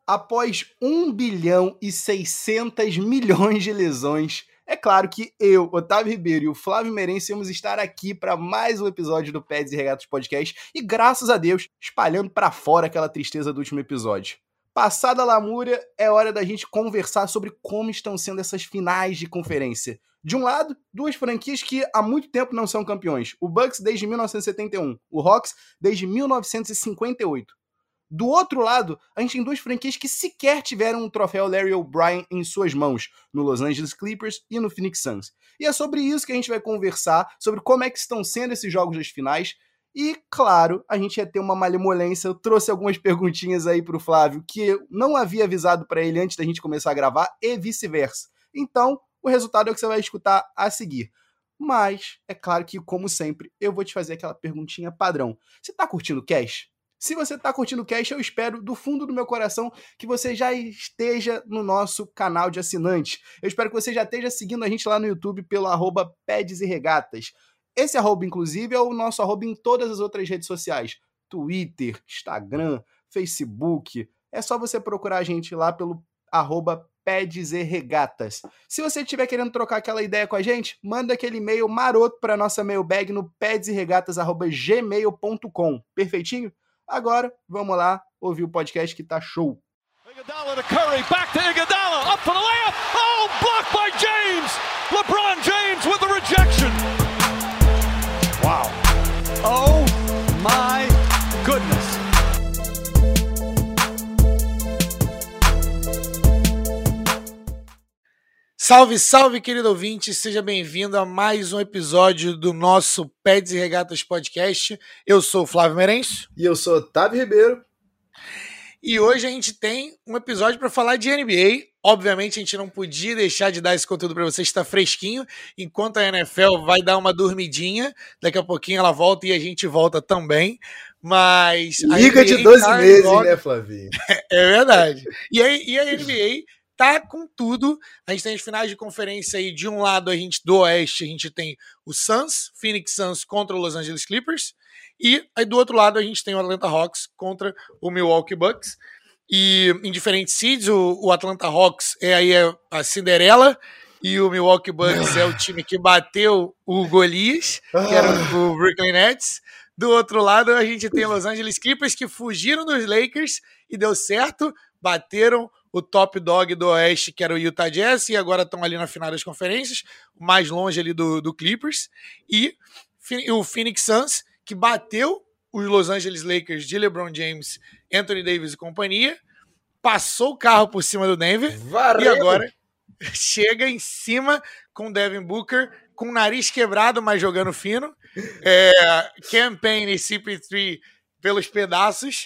Após 1,6 bilhão de lesões, é claro que eu, Otávio Ribeiro e o Flávio Meirense vamos estar aqui para mais um episódio do Pads e Regatas Podcast e, graças a Deus, espalhando para fora aquela tristeza do último episódio. Passada a lamúria, é hora da gente conversar sobre como estão sendo essas finais de conferência. De um lado, duas franquias que há muito tempo não são campeões. O Bucks desde 1971, o Hawks desde 1958. Do outro lado, a gente tem duas franquias que sequer tiveram um troféu Larry O'Brien em suas mãos, no Los Angeles Clippers e no Phoenix Suns. E é sobre isso que a gente vai conversar, sobre como é que estão sendo esses jogos das finais. E, claro, a gente ia ter uma malemolência. Eu trouxe algumas perguntinhas aí pro Flávio que eu não havia avisado para ele antes da gente começar a gravar e vice-versa. Então, o resultado é o que você vai escutar a seguir. Mas, é claro que, como sempre, eu vou te fazer aquela perguntinha padrão. Você tá curtindo o Cash? Se você está curtindo o Cast, eu espero do fundo do meu coração que você já esteja no nosso canal de assinante. Eu espero que você já esteja seguindo a gente lá no YouTube pelo @Pads e Regatas. Esse arroba, inclusive, é o nosso arroba em todas as outras redes sociais. Twitter, Instagram, Facebook. É só você procurar a gente lá pelo @Pads e Regatas. Se você estiver querendo trocar aquela ideia com a gente, manda aquele e-mail maroto para nossa mailbag no padsregatas@gmail.com. Perfeitinho? Agora, vamos lá ouvir o podcast que tá show. Iguodala to Curry, back to Iguodala, up for the layup. Oh, blocked by James. LeBron James with the rejection. Wow. Oh my goodness. Salve, salve, querido ouvinte, seja bem-vindo a mais um episódio do nosso Pads e Regatas Podcast. Eu sou o Flávio Meirense. E eu sou Otávio Ribeiro. E hoje a gente tem um episódio para falar de NBA. Obviamente a gente não podia deixar de dar esse conteúdo para vocês, está fresquinho, enquanto a NFL vai dar uma dormidinha. Daqui a pouquinho ela volta e a gente volta também. Mas Liga de 12 meses, né, Flavinho? É verdade. E a NBA tá com tudo. A gente tem as finais de conferência aí. De um lado, do Oeste, a gente tem o Suns, Phoenix Suns contra o Los Angeles Clippers. E aí do outro lado, a gente tem o Atlanta Hawks contra o Milwaukee Bucks. E em diferentes seeds, o Atlanta Hawks é a Cinderela e o Milwaukee Bucks é o time que bateu o Golias, que era o Brooklyn Nets. Do outro lado, a gente tem Los Angeles Clippers que fugiram dos Lakers e deu certo, bateram o top dog do Oeste, que era o Utah Jazz, e agora estão ali na final das conferências, mais longe ali do Clippers, e o Phoenix Suns, que bateu os Los Angeles Lakers de LeBron James, Anthony Davis e companhia, passou o carro por cima do Denver, e agora chega em cima com Devin Booker, com o nariz quebrado, mas jogando fino, Campaign e CP3 pelos pedaços.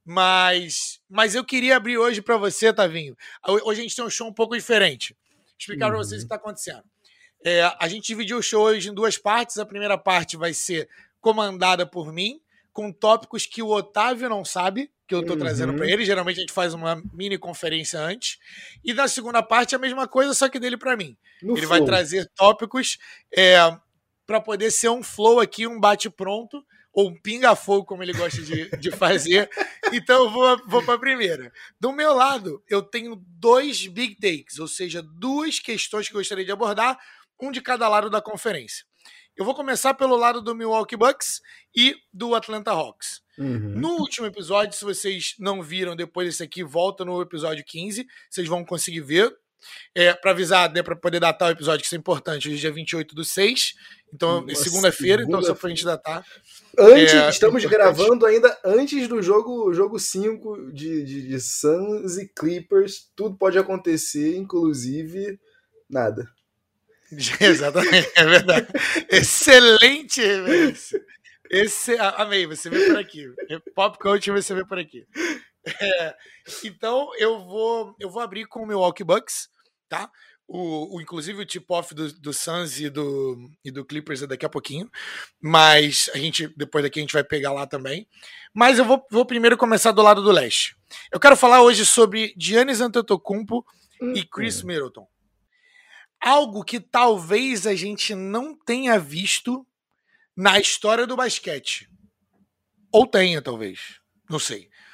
Mas eu queria abrir hoje para você, Tavinho. Hoje a gente tem um show um pouco diferente. Explicar para vocês o que está acontecendo. A gente dividiu o show hoje em duas partes. A primeira parte vai ser comandada por mim, com tópicos que o Otávio não sabe, que eu estou trazendo para ele. Geralmente a gente faz uma mini conferência antes. E na segunda parte a mesma coisa, só que dele para mim. Ele vai trazer tópicos para poder ser um flow aqui, um bate-pronto, ou um pinga-fogo, como ele gosta de fazer. Então eu vou para a primeira. Do meu lado, eu tenho dois big takes, ou seja, duas questões que eu gostaria de abordar, um de cada lado da conferência. Eu vou começar pelo lado do Milwaukee Bucks e do Atlanta Hawks. No último episódio, se vocês não viram depois desse aqui, volta no episódio 15, vocês vão conseguir ver. Para avisar, né, para poder datar o episódio, que isso é importante, hoje é dia 28/6, então é segunda-feira, então só pra gente datar. Estamos gravando ainda antes do jogo 5 de Suns e Clippers, tudo pode acontecer, inclusive nada. Exatamente, é verdade. Excelente, amei, você vê por aqui. Pop Coach, você vê por aqui. Então eu vou abrir com o Milwaukee Bucks, tá? Inclusive o tip-off do Suns e do Clippers é daqui a pouquinho, mas depois daqui a gente vai pegar lá também. Mas eu vou primeiro começar do lado do leste. Eu quero falar hoje sobre Giannis Antetokounmpo e Chris Middleton. Algo que talvez a gente não tenha visto na história do basquete. Ou tenha, talvez. Não sei.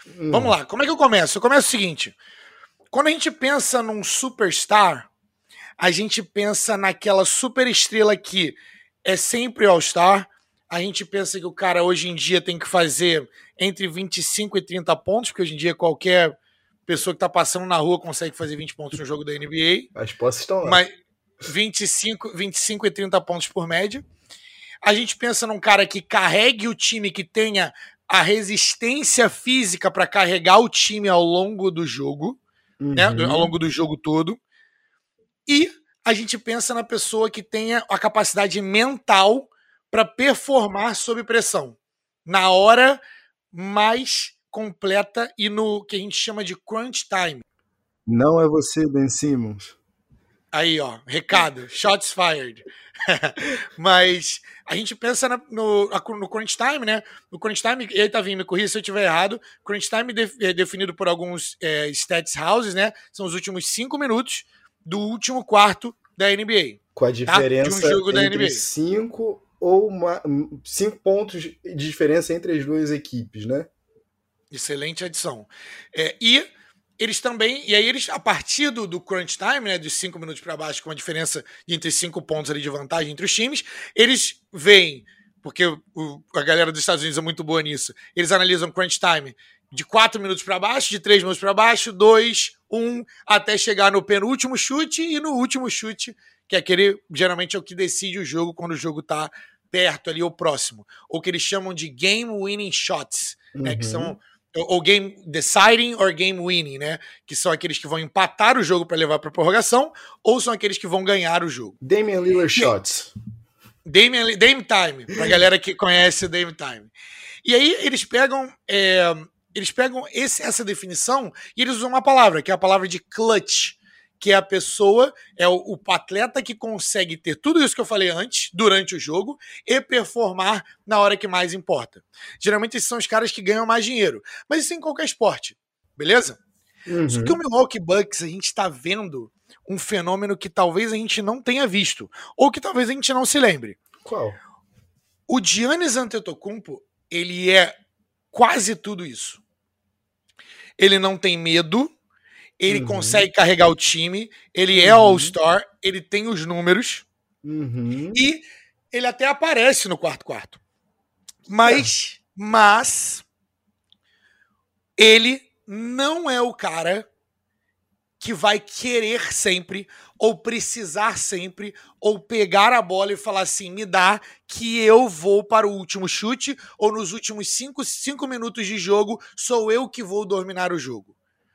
Vamos lá, como é que eu começo? Eu começo o seguinte, quando a gente pensa num superstar, a gente pensa naquela superestrela que é sempre All-Star, a gente pensa que o cara hoje em dia tem que fazer entre 25 e 30 pontos, porque hoje em dia qualquer pessoa que tá passando na rua consegue fazer 20 pontos no jogo da NBA. As posses estão lá. Mas 25 e 30 pontos por média. A gente pensa num cara que carregue o time, que tenha a resistência física para carregar o time ao longo do jogo, né, ao longo do jogo todo. E a gente pensa na pessoa que tenha a capacidade mental para performar sob pressão, na hora mais completa e no que a gente chama de crunch time. Não é você, Ben Simmons. Aí, ó, recado, shots fired. Mas a gente pensa no crunch time, né? No crunch time, e aí, Tavinho, me corrija se eu estiver errado, crunch time é definido por alguns stats houses, né? São os últimos 5 minutos do último quarto da NBA. Com a diferença de um jogo da entre NBA. 5 pontos de diferença entre as duas equipes, né? Excelente adição. E eles também, e aí eles, a partir do crunch time, né, dos 5 minutos para baixo, com a diferença de entre 5 pontos ali de vantagem entre os times, eles veem, porque a galera dos Estados Unidos é muito boa nisso, eles analisam crunch time de 4 minutos para baixo, de 3 minutos para baixo, 2, 1, até chegar no penúltimo chute, e no último chute, que é aquele, geralmente é o que decide o jogo quando o jogo tá perto ali, ou próximo, ou que eles chamam de game winning shots, né, que são ou game deciding or game winning, né? Que são aqueles que vão empatar o jogo para levar para prorrogação, ou são aqueles que vão ganhar o jogo. Damian Lillard shots. Dame time, pra galera que conhece o Dame time. E aí eles pegam essa definição e eles usam uma palavra, que é a palavra de clutch, que é a pessoa, é o atleta que consegue ter tudo isso que eu falei antes, durante o jogo, e performar na hora que mais importa. Geralmente esses são os caras que ganham mais dinheiro, mas isso em qualquer esporte, beleza? Só que o Milwaukee Bucks, a gente tá vendo um fenômeno que talvez a gente não tenha visto, ou que talvez a gente não se lembre. Qual? O Giannis Antetokounmpo, ele é quase tudo isso. Ele não tem medo, ele consegue carregar o time, ele é All-Star, ele tem os números e ele até aparece no quarto. Mas ele não é o cara que vai querer sempre, ou precisar sempre, ou pegar a bola e falar assim, me dá que eu vou para o último chute, ou nos últimos 5 minutos de jogo, sou eu que vou dominar o jogo.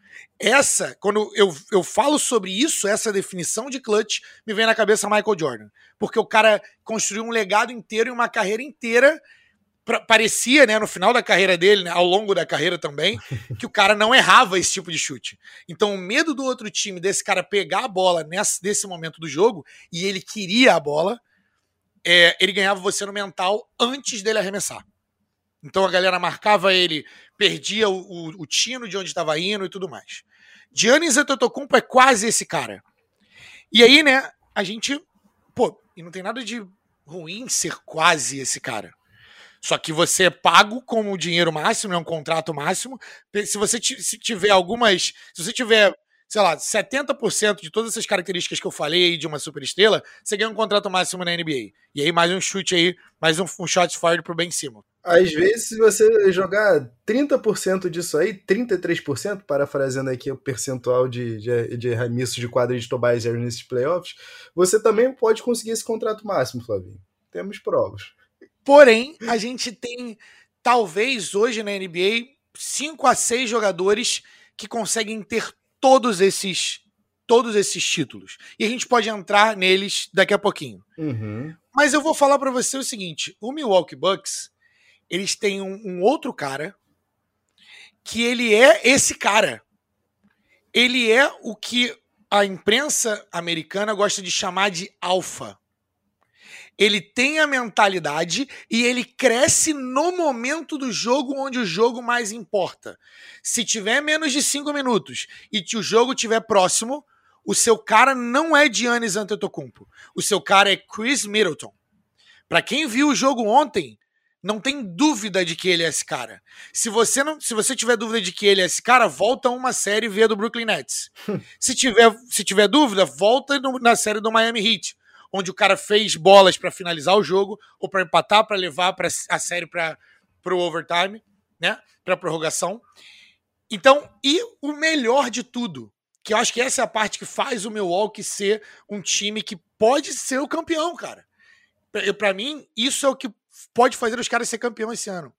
Quando eu falo sobre isso, essa definição de clutch, me vem na cabeça Michael Jordan. Porque o cara construiu um legado inteiro e uma carreira inteira. Parecia, né, no final da carreira dele, né, ao longo da carreira também, que o cara não errava esse tipo de chute. Então o medo do outro time, desse cara pegar a bola nesse momento do jogo, e ele queria a bola, ele ganhava você no mental antes dele arremessar. Então a galera marcava ele, perdia o tino de onde estava indo e tudo mais. Giannis Antetokounmpo é quase esse cara. E aí, né, a gente... e não tem nada de ruim ser quase esse cara. Só que você é pago com o dinheiro máximo, é um contrato máximo. Se você tiver se você tiver, sei lá, 70% de todas essas características que eu falei aí de uma superestrela, você ganha um contrato máximo na NBA. E aí mais um chute aí, mais um shot fired pro Ben Simmons. Às vezes, se você jogar 30% disso aí, 33%, parafraseando aqui o percentual de arremessos de quadra de Tobias Harris nesses playoffs, você também pode conseguir esse contrato máximo, Flavinho. Temos provas. Porém, a gente tem, talvez hoje na NBA, 5 a 6 jogadores que conseguem ter todos esses títulos. E a gente pode entrar neles daqui a pouquinho. Mas eu vou falar para você o seguinte, o Milwaukee Bucks, eles têm um outro cara que ele é esse cara. Ele é o que a imprensa americana gosta de chamar de alfa. Ele tem a mentalidade e ele cresce no momento do jogo onde o jogo mais importa. Se tiver menos de 5 minutos e o jogo estiver próximo, o seu cara não é Giannis Antetokounmpo. O seu cara é Chris Middleton. Para quem viu o jogo ontem, Não tem dúvida de que ele é esse cara. Se você tiver dúvida de que ele é esse cara, volta uma série e vê do Brooklyn Nets. Se tiver dúvida, volta na série do Miami Heat, onde o cara fez bolas para finalizar o jogo ou para empatar, para levar a série para o overtime, né? Para prorrogação. Então, e o melhor de tudo, que eu acho que essa é a parte que faz o Milwaukee ser um time que pode ser o campeão, cara. Para mim, isso é o que pode fazer os caras ser campeão esse ano.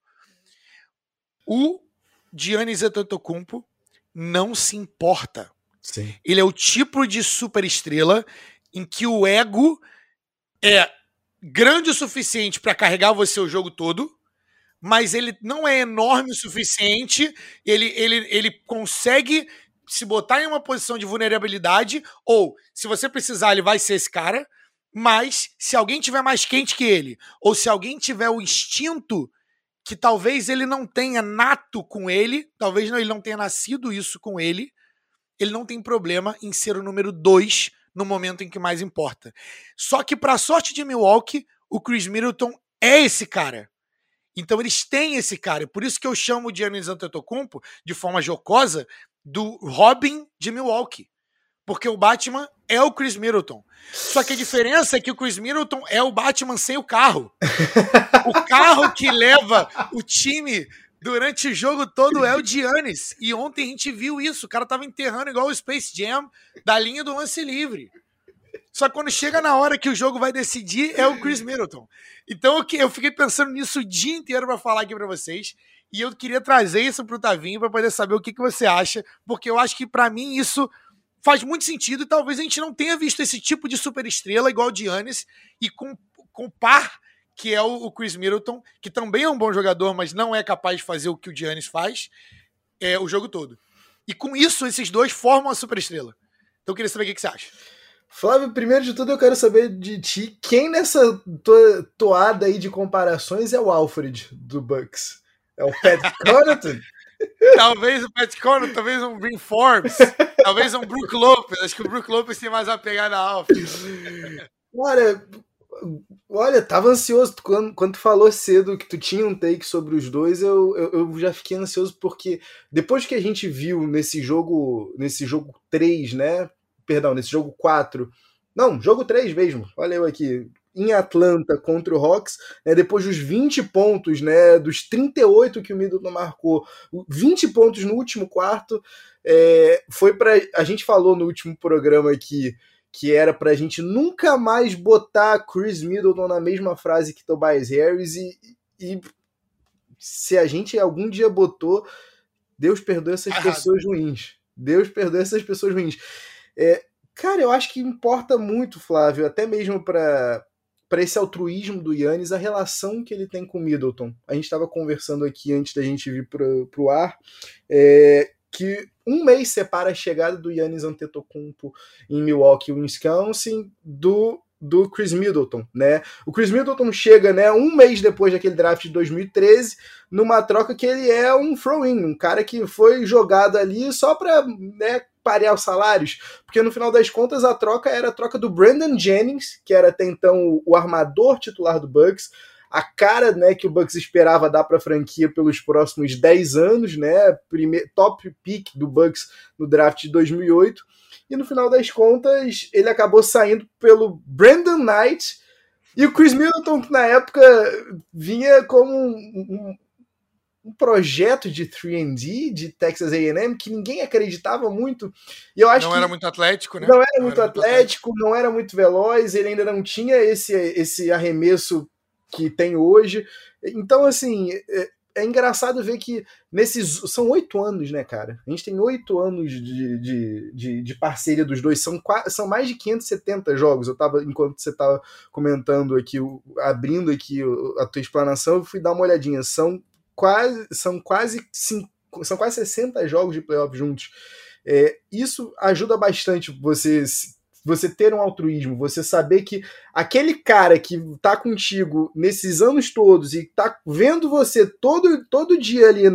O Giannis Antetokounmpo não se importa. Sim. Ele é o tipo de superestrela em que o ego é grande o suficiente para carregar você o jogo todo, mas ele não é enorme o suficiente, ele consegue se botar em uma posição de vulnerabilidade, ou se você precisar, ele vai ser esse cara, mas se alguém tiver mais quente que ele, ou se alguém tiver o instinto que talvez ele não tenha nato com ele, talvez ele não tenha nascido isso com ele não tem problema em ser o número 2 no momento em que mais importa. Só que, para a sorte de Milwaukee, o Chris Middleton é esse cara. Então eles têm esse cara. Por isso que eu chamo o Giannis Antetokounmpo, de forma jocosa, do Robin de Milwaukee. Porque o Batman é o Chris Middleton. Só que a diferença é que o Chris Middleton é o Batman sem o carro. O carro que leva o time durante o jogo todo é o Giannis. E ontem a gente viu isso. O cara tava enterrando igual o Space Jam da linha do lance livre. Só que quando chega na hora que o jogo vai decidir, é o Chris Middleton. Então eu fiquei pensando nisso o dia inteiro pra falar aqui pra vocês. E eu queria trazer isso pro Tavinho pra poder saber o que você acha. Porque eu acho que pra mim isso faz muito sentido e talvez a gente não tenha visto esse tipo de superestrela igual o Giannis e com o par que é o Chris Middleton, que também é um bom jogador, mas não é capaz de fazer o que o Giannis faz o jogo todo. E com isso, esses dois formam a superestrela. Então eu queria saber o que você acha. Flávio, primeiro de tudo eu quero saber de ti, quem nessa toada aí de comparações é o Alfred do Bucks? É o Pat Connaughton? Talvez o Pat Connaughton, talvez um Bryn Forbes, talvez um Brook Lopez. Acho que o Brook Lopez tem mais a pegada alfa. Cara, olha, tava ansioso quando tu falou cedo que tu tinha um take sobre os dois, eu já fiquei ansioso porque depois que a gente viu nesse jogo 3, né? Perdão, nesse jogo 4. Não, jogo 3 mesmo. Olha eu aqui. Em Atlanta contra o Hawks, né, depois dos 20 pontos, né, dos 38 que o Middleton marcou, 20 pontos no último quarto, foi para a gente falou no último programa aqui que era pra gente nunca mais botar Chris Middleton na mesma frase que Tobias Harris e se a gente algum dia botou, Deus perdoe essas pessoas ruins. Deus perdoe essas pessoas ruins. Cara, eu acho que importa muito, Flávio, até mesmo para esse altruísmo do Giannis, a relação que ele tem com o Middleton. A gente estava conversando aqui antes da gente vir pro ar, que um mês separa a chegada do Giannis Antetokounmpo em Milwaukee, Wisconsin, do Chris Middleton, né? O Chris Middleton chega, né, um mês depois daquele draft de 2013, numa troca que ele é um throw-in, um cara que foi jogado ali só para, né, parear os salários, porque no final das contas a troca era a troca do Brandon Jennings, que era até então o armador titular do Bucks, a cara, né, que o Bucks esperava dar para a franquia pelos próximos 10 anos, né, top pick do Bucks no draft de 2008, e no final das contas ele acabou saindo pelo Brandon Knight, e o Chris Middleton, que na época vinha como um projeto de 3&D de Texas A&M que ninguém acreditava muito. E eu acho não era muito atlético, né? Não era muito atlético, não era muito veloz, ele ainda não tinha esse arremesso que tem hoje. Então, assim, é engraçado ver que são 8 anos, né, cara? A gente tem 8 anos de parceria dos dois, são mais de 570 jogos. Enquanto você estava comentando aqui, abrindo aqui a tua explanação, eu fui dar uma olhadinha. São quase 60 jogos de playoff juntos. Isso ajuda bastante você ter um altruísmo, você saber que aquele cara que tá contigo nesses anos todos e tá vendo você todo dia ali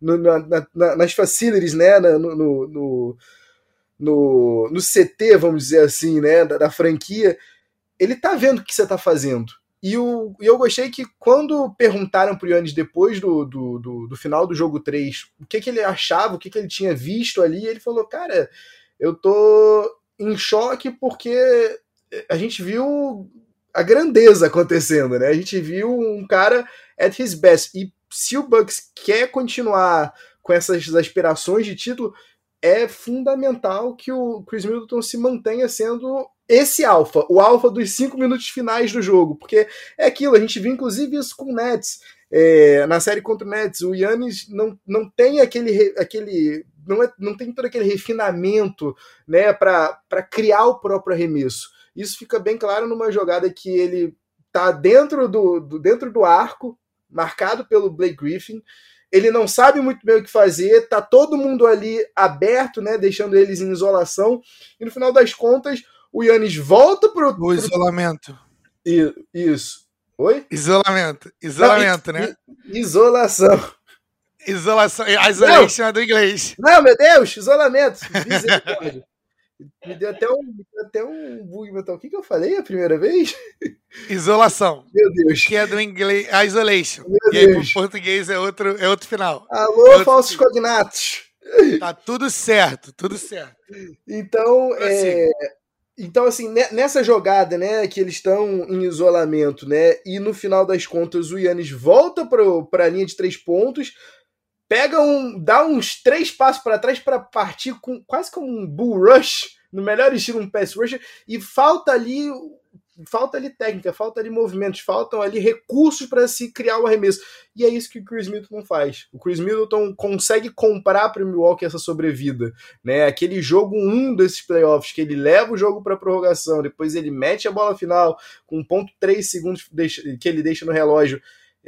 nas facilities, né, no CT, vamos dizer assim, né, da franquia, ele tá vendo o que você tá fazendo. E eu gostei que quando perguntaram pro Giannis depois do final do jogo 3 o que ele achava, o que ele tinha visto ali, ele falou, cara, eu tô em choque porque a gente viu a grandeza acontecendo, né? A gente viu um cara at his best. E se o Bucks quer continuar com essas aspirações de título, é fundamental que o Chris Middleton se mantenha sendo esse alfa, o alfa dos 5 minutos finais do jogo, porque é aquilo, a gente viu inclusive isso com o Nets, na série contra o Nets, o Giannis não tem aquele não tem todo aquele refinamento, né, para criar o próprio arremesso. Isso fica bem claro numa jogada que ele tá dentro do arco, marcado pelo Blake Griffin, ele não sabe muito bem o que fazer, tá todo mundo ali aberto, né, deixando eles em isolação, e no final das contas o Giannis volta pro isolamento. Isso. Oi? Isolamento, né? Isolação. Isolation é do inglês. Não, meu Deus, isolamento. Misericórdia. Me deu até um bug mental. O que eu falei a primeira vez? Isolação. Meu Deus. Que é do inglês, isolation. Meu e aí, Deus. pro português é outro final. Alô, falsos cognatos. Tá tudo certo. Então, Então, assim, nessa jogada, né, que eles estão em isolamento, né, e no final das contas o Giannis volta para a linha de 3 pontos, dá uns 3 passos para trás para partir quase como um bull rush, no melhor estilo um pass rusher, e falta ali técnica, falta ali movimentos, faltam ali recursos para se criar o arremesso. E é isso que o Chris Middleton faz. O Chris Middleton consegue comprar para o Milwaukee essa sobrevida, né? Aquele jogo 1 desses playoffs, que ele leva o jogo para prorrogação, depois ele mete a bola final com 1.3 segundos que ele deixa no relógio.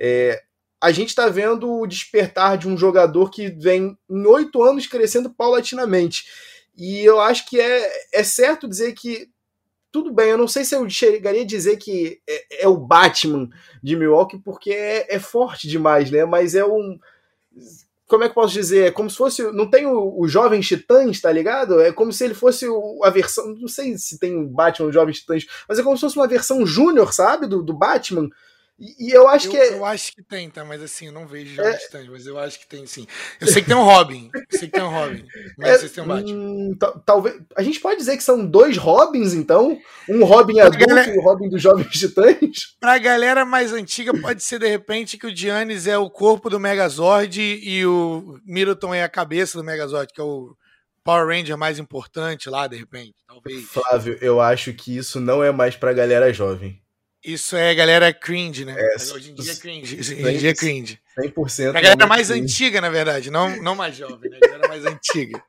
A gente está vendo o despertar de um jogador que vem em 8 anos crescendo paulatinamente. E eu acho que é certo dizer que tudo bem, eu não sei se eu chegaria a dizer que é o Batman de Milwaukee, porque é forte demais, né? Mas é um... Como é que eu posso dizer? É como se fosse... Não tem o Jovens Titãs, tá ligado? É como se ele fosse a versão... Não sei se tem o Batman, o Jovens Titãs, mas é como se fosse uma versão júnior, sabe? Do Batman. E eu acho que... Eu acho que tem, tá? Mas assim, eu não vejo Jovens Titãs, mas eu acho que tem sim. Eu sei que tem um Robin. Mas vocês têm um Batman. Talvez... A gente pode dizer que são 2 Robins, então? Um Robin adulto e o Robin dos Jovens Titãs? Pra galera mais antiga, pode ser, de repente, que o Giannis é o corpo do Megazord e o Middleton é a cabeça do Megazord, que é o Power Ranger mais importante lá, de repente, talvez. Flávio, eu acho que isso não é mais pra galera jovem. Isso é galera cringe, né? Hoje em dia é cringe. Hoje em dia é cringe. 100%. Pra galera mais antiga, na verdade. Não mais jovem, né? Galera mais antiga.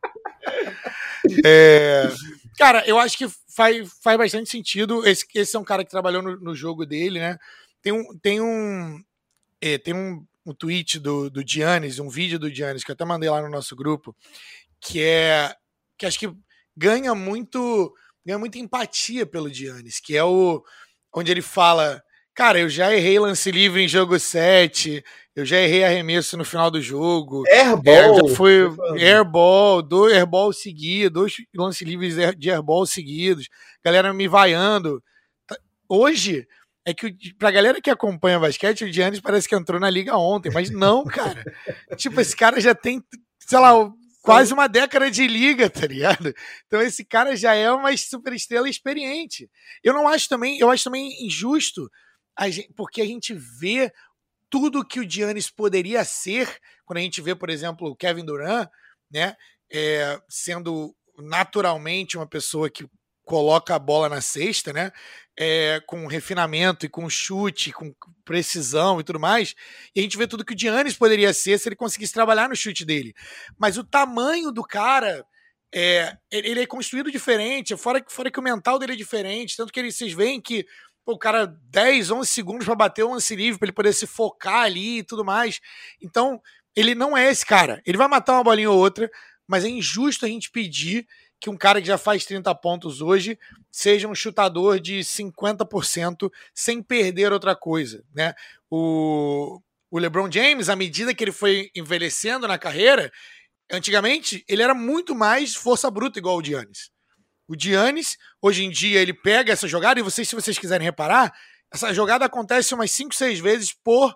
Cara, eu acho que faz bastante sentido. Esse é um cara que trabalhou no jogo dele, né? Tem um tweet do Giannis, um vídeo do Giannis, que eu até mandei lá no nosso grupo, que acho que ganha muito empatia pelo Giannis, que é onde ele fala, cara, eu já errei lance livre em jogo 7, eu já errei arremesso no final do jogo. Airball. Já foi airball, 2 airball seguidos, 2 lance livres de airball seguidos, galera me vaiando. Hoje, é que pra galera que acompanha basquete, o Giannis parece que entrou na liga ontem, mas não, cara. Tipo, esse cara já tem, sei lá, quase uma década de liga, tá ligado? Então esse cara já é uma superestrela experiente. Eu acho também injusto, porque a gente vê tudo que o Giannis poderia ser, quando a gente vê, por exemplo, o Kevin Durant, né, sendo naturalmente uma pessoa que coloca a bola na cesta, né, com refinamento e com chute, com precisão e tudo mais, e a gente vê tudo que o Giannis poderia ser se ele conseguisse trabalhar no chute dele. Mas o tamanho do cara, ele é construído diferente, fora que o mental dele é diferente, tanto que vocês veem que o cara 10, 11 segundos para bater o lance livre, para ele poder se focar ali e tudo mais. Então, ele não é esse cara. Ele vai matar uma bolinha ou outra, mas é injusto a gente pedir que um cara que já faz 30 pontos hoje seja um chutador de 50% sem perder outra coisa, né? O LeBron James, à medida que ele foi envelhecendo na carreira, antigamente ele era muito mais força bruta igual o Giannis. O Giannis, hoje em dia, ele pega essa jogada, e se vocês quiserem reparar, Essa jogada acontece umas 5, 6 vezes por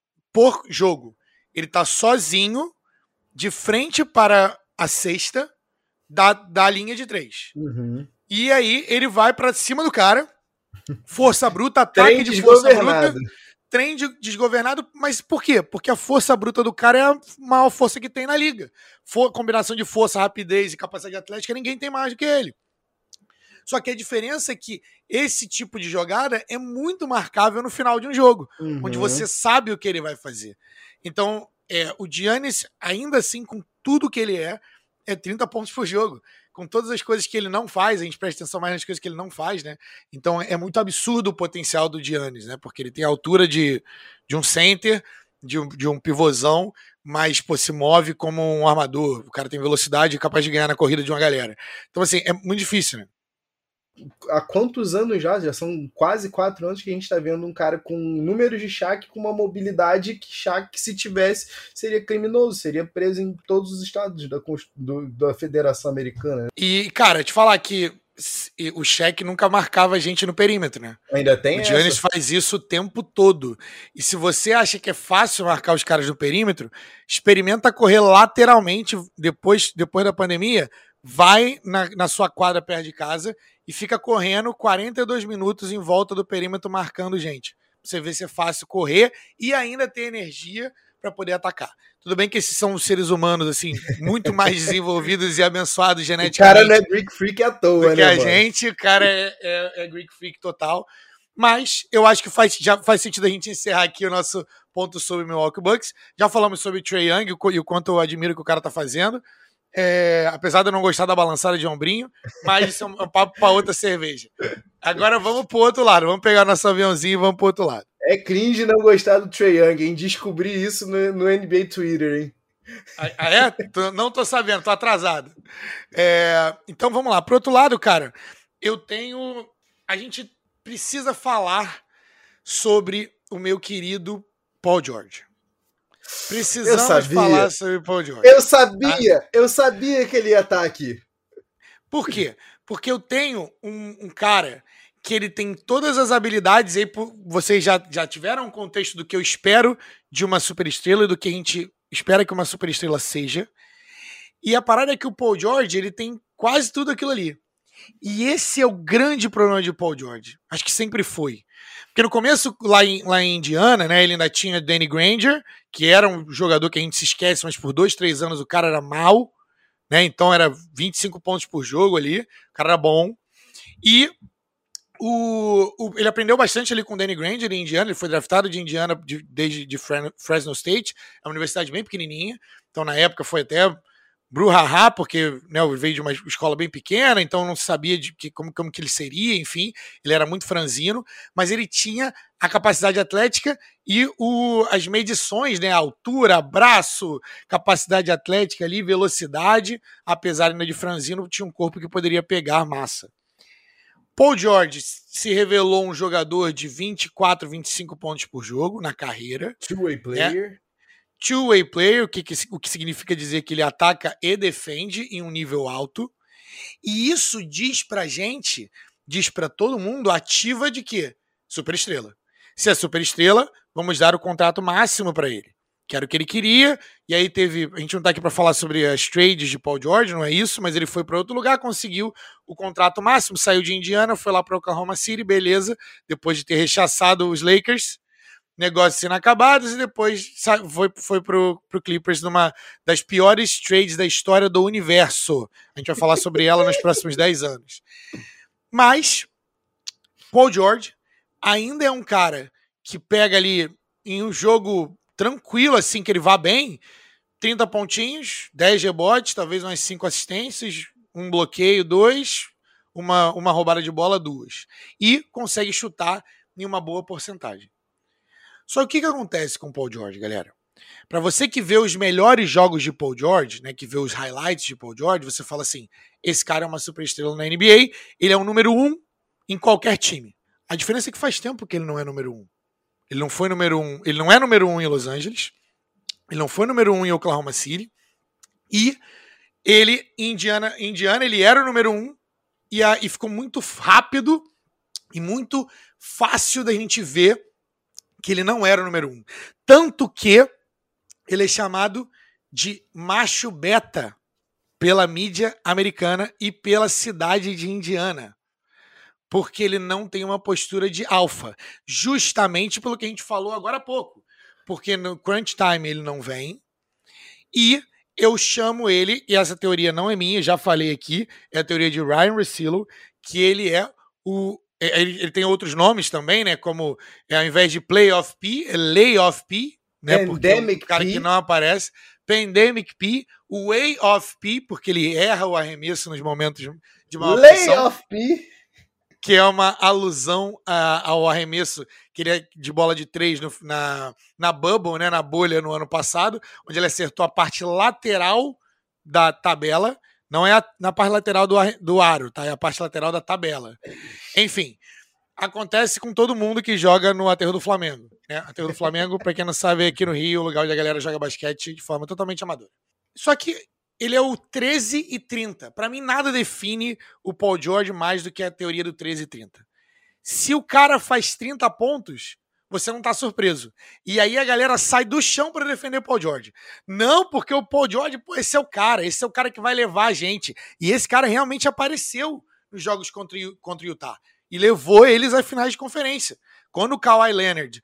jogo. Ele tá sozinho, de frente para a cesta da linha de 3. Uhum. E aí ele vai pra cima do cara, força bruta, ataque de força bruta, trem desgovernado. Mas por quê? Porque a força bruta do cara é a maior força que tem na liga. Combinação de força, rapidez e capacidade atlética, ninguém tem mais do que ele. Só que a diferença é que esse tipo de jogada é muito marcável no final de um jogo, onde você sabe o que ele vai fazer. Então, o Giannis, ainda assim, com tudo que ele é 30 pontos por jogo. Com todas as coisas que ele não faz, a gente presta atenção mais nas coisas que ele não faz, né? Então, é muito absurdo o potencial do Giannis, né? Porque ele tem a altura de um center, de um pivôzão, mas se move como um armador. O cara tem velocidade e capaz de ganhar na corrida de uma galera. Então, assim, é muito difícil, né? Há quantos anos já são quase 4 anos que a gente tá vendo um cara com números de Shaq, com uma mobilidade que Shaq, se tivesse, seria criminoso, seria preso em todos os estados da Federação Americana. E, cara, te falar que o Shaq nunca marcava a gente no perímetro, né? Ainda tem o Giannis faz isso o tempo todo. E se você acha que é fácil marcar os caras no perímetro, experimenta correr lateralmente depois da pandemia, vai na sua quadra perto de casa e fica correndo 42 minutos em volta do perímetro marcando gente. Pra você ver se é fácil correr e ainda ter energia para poder atacar. Tudo bem que esses são seres humanos, assim, muito mais desenvolvidos e abençoados geneticamente. O cara não é Greek Freak à toa, né, a gente, o cara é Greek Freak total. Mas eu acho que já faz sentido a gente encerrar aqui o nosso ponto sobre o Milwaukee Bucks. Já falamos sobre o Trae Young e o quanto eu admiro o que o cara tá fazendo. Apesar de eu não gostar da balançada de ombrinho, mas isso é um papo para outra cerveja. Agora vamos pro outro lado, vamos pegar nosso aviãozinho e vamos pro outro lado. É cringe não gostar do Trae Young, hein? Descobri isso no NBA Twitter, hein? Não tô sabendo, tô atrasado. Então vamos lá, pro outro lado, cara, a gente precisa falar sobre o meu querido Paul George. Precisamos falar sobre o Paul George. Eu sabia que ele ia estar aqui. Por quê? Porque eu tenho um cara que ele tem todas as habilidades, aí vocês já tiveram um contexto do que eu espero de uma superestrela e do que a gente espera que uma superestrela seja. E a parada é que o Paul George, ele tem quase tudo aquilo ali. E esse é o grande problema de Paul George. Acho que sempre foi. Porque no começo, lá em Indiana, né, ele ainda tinha Danny Granger, que era um jogador que a gente se esquece, mas por 2, 3 anos o cara era mau, né? Então era 25 pontos por jogo ali, o cara era bom. E ele aprendeu bastante ali com o Danny Granger em Indiana, ele foi draftado de Indiana desde Fresno State, é uma universidade bem pequenininha, então na época foi até brouhaha, porque, né, veio de uma escola bem pequena, então não sabia como que ele seria, enfim, ele era muito franzino, mas ele tinha a capacidade atlética e as medições, né, altura, braço, capacidade atlética ali, velocidade, apesar ainda de franzino, tinha um corpo que poderia pegar massa. Paul George se revelou um jogador de 24, 25 pontos por jogo na carreira. Two-way player. Né? Two-way player, o que significa dizer que ele ataca e defende em um nível alto. E isso diz pra gente, diz pra todo mundo, ativa de quê? Superestrela. Se é superestrela, vamos dar o contrato máximo pra ele. Que era o que ele queria, e aí a gente não tá aqui para falar sobre as trades de Paul George, não é isso, mas ele foi para outro lugar, conseguiu o contrato máximo, saiu de Indiana, foi lá para Oklahoma City, beleza, depois de ter rechaçado os Lakers, negócios inacabados, e depois foi pro Clippers numa das piores trades da história do universo. A gente vai falar sobre ela nos próximos 10 anos. Mas Paul George ainda é um cara que pega ali em um jogo tranquilo, assim, que ele vá bem, 30 pontinhos, 10 rebotes, talvez umas 5 assistências, um bloqueio, 2, uma roubada de bola, 2. E consegue chutar em uma boa porcentagem. Só que o que acontece com o Paul George, galera? Para você que vê os melhores jogos de Paul George, né, que vê os highlights de Paul George, você fala assim, esse cara é uma superestrela na NBA, ele é o número 1 em qualquer time. A diferença é que faz tempo que ele não é número 1. Ele não foi número 1, ele não é número 1 em Los Angeles, ele não foi número 1 em Oklahoma City, e ele, em Indiana, ele era o número 1, e ficou muito rápido, E muito fácil da gente ver que ele não era o número 1. Tanto que ele é chamado de macho beta pela mídia americana e pela cidade de Indiana. Porque ele não tem uma postura de alfa. Justamente pelo que a gente falou agora há pouco. Porque no crunch time ele não vem. E eu chamo ele, e essa teoria não é minha, já falei aqui, é a teoria de Ryan Russillo, que ele é o... Ele tem outros nomes também, né? Como ao invés de playoff P, é layoff P, né? Porque é o cara que não aparece. Pandemic P, way of P, porque ele erra o arremesso nos momentos de maior pressão. Layoff P. Que é uma alusão ao arremesso que ele é de bola de 3 na bubble, né, na bolha no ano passado, onde ele acertou a parte lateral da tabela, não é na parte lateral do aro, tá? É a parte lateral da tabela. Enfim, acontece com todo mundo que joga no Aterro do Flamengo. Né? Aterro do Flamengo, pra quem não sabe, é aqui no Rio, o lugar onde a galera joga basquete de forma totalmente amadora. Só que ele é o 13 e 30. Pra mim, nada define o Paul George mais do que a teoria do 13 e 30. Se o cara faz 30 pontos, você não tá surpreso. E aí a galera sai do chão pra defender o Paul George. Não, porque o Paul George, pô, esse é o cara que vai levar a gente. E esse cara realmente apareceu nos jogos contra o Utah. E levou eles às finais de conferência. Quando o Kawhi Leonard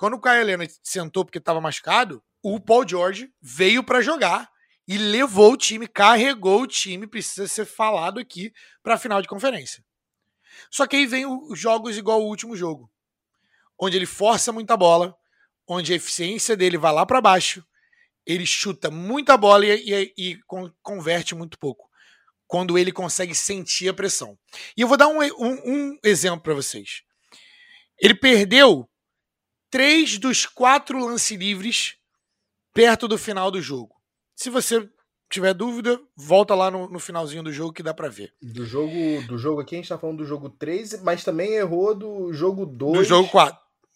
sentou porque estava machucado, o Paul George veio para jogar e levou o time, carregou o time, precisa ser falado aqui, para a final de conferência. Só que aí vem os jogos igual o último jogo, onde ele força muita bola, onde a eficiência dele vai lá para baixo, ele chuta muita bola e converte muito pouco, quando ele consegue sentir a pressão. E eu vou dar um exemplo para vocês. Ele perdeu 3 dos 4 lance livres perto do final do jogo. Se você tiver dúvida, volta lá no finalzinho do jogo que dá pra ver. Do jogo aqui, a gente tá falando do jogo 3, mas também errou do jogo 2. Do jogo 4.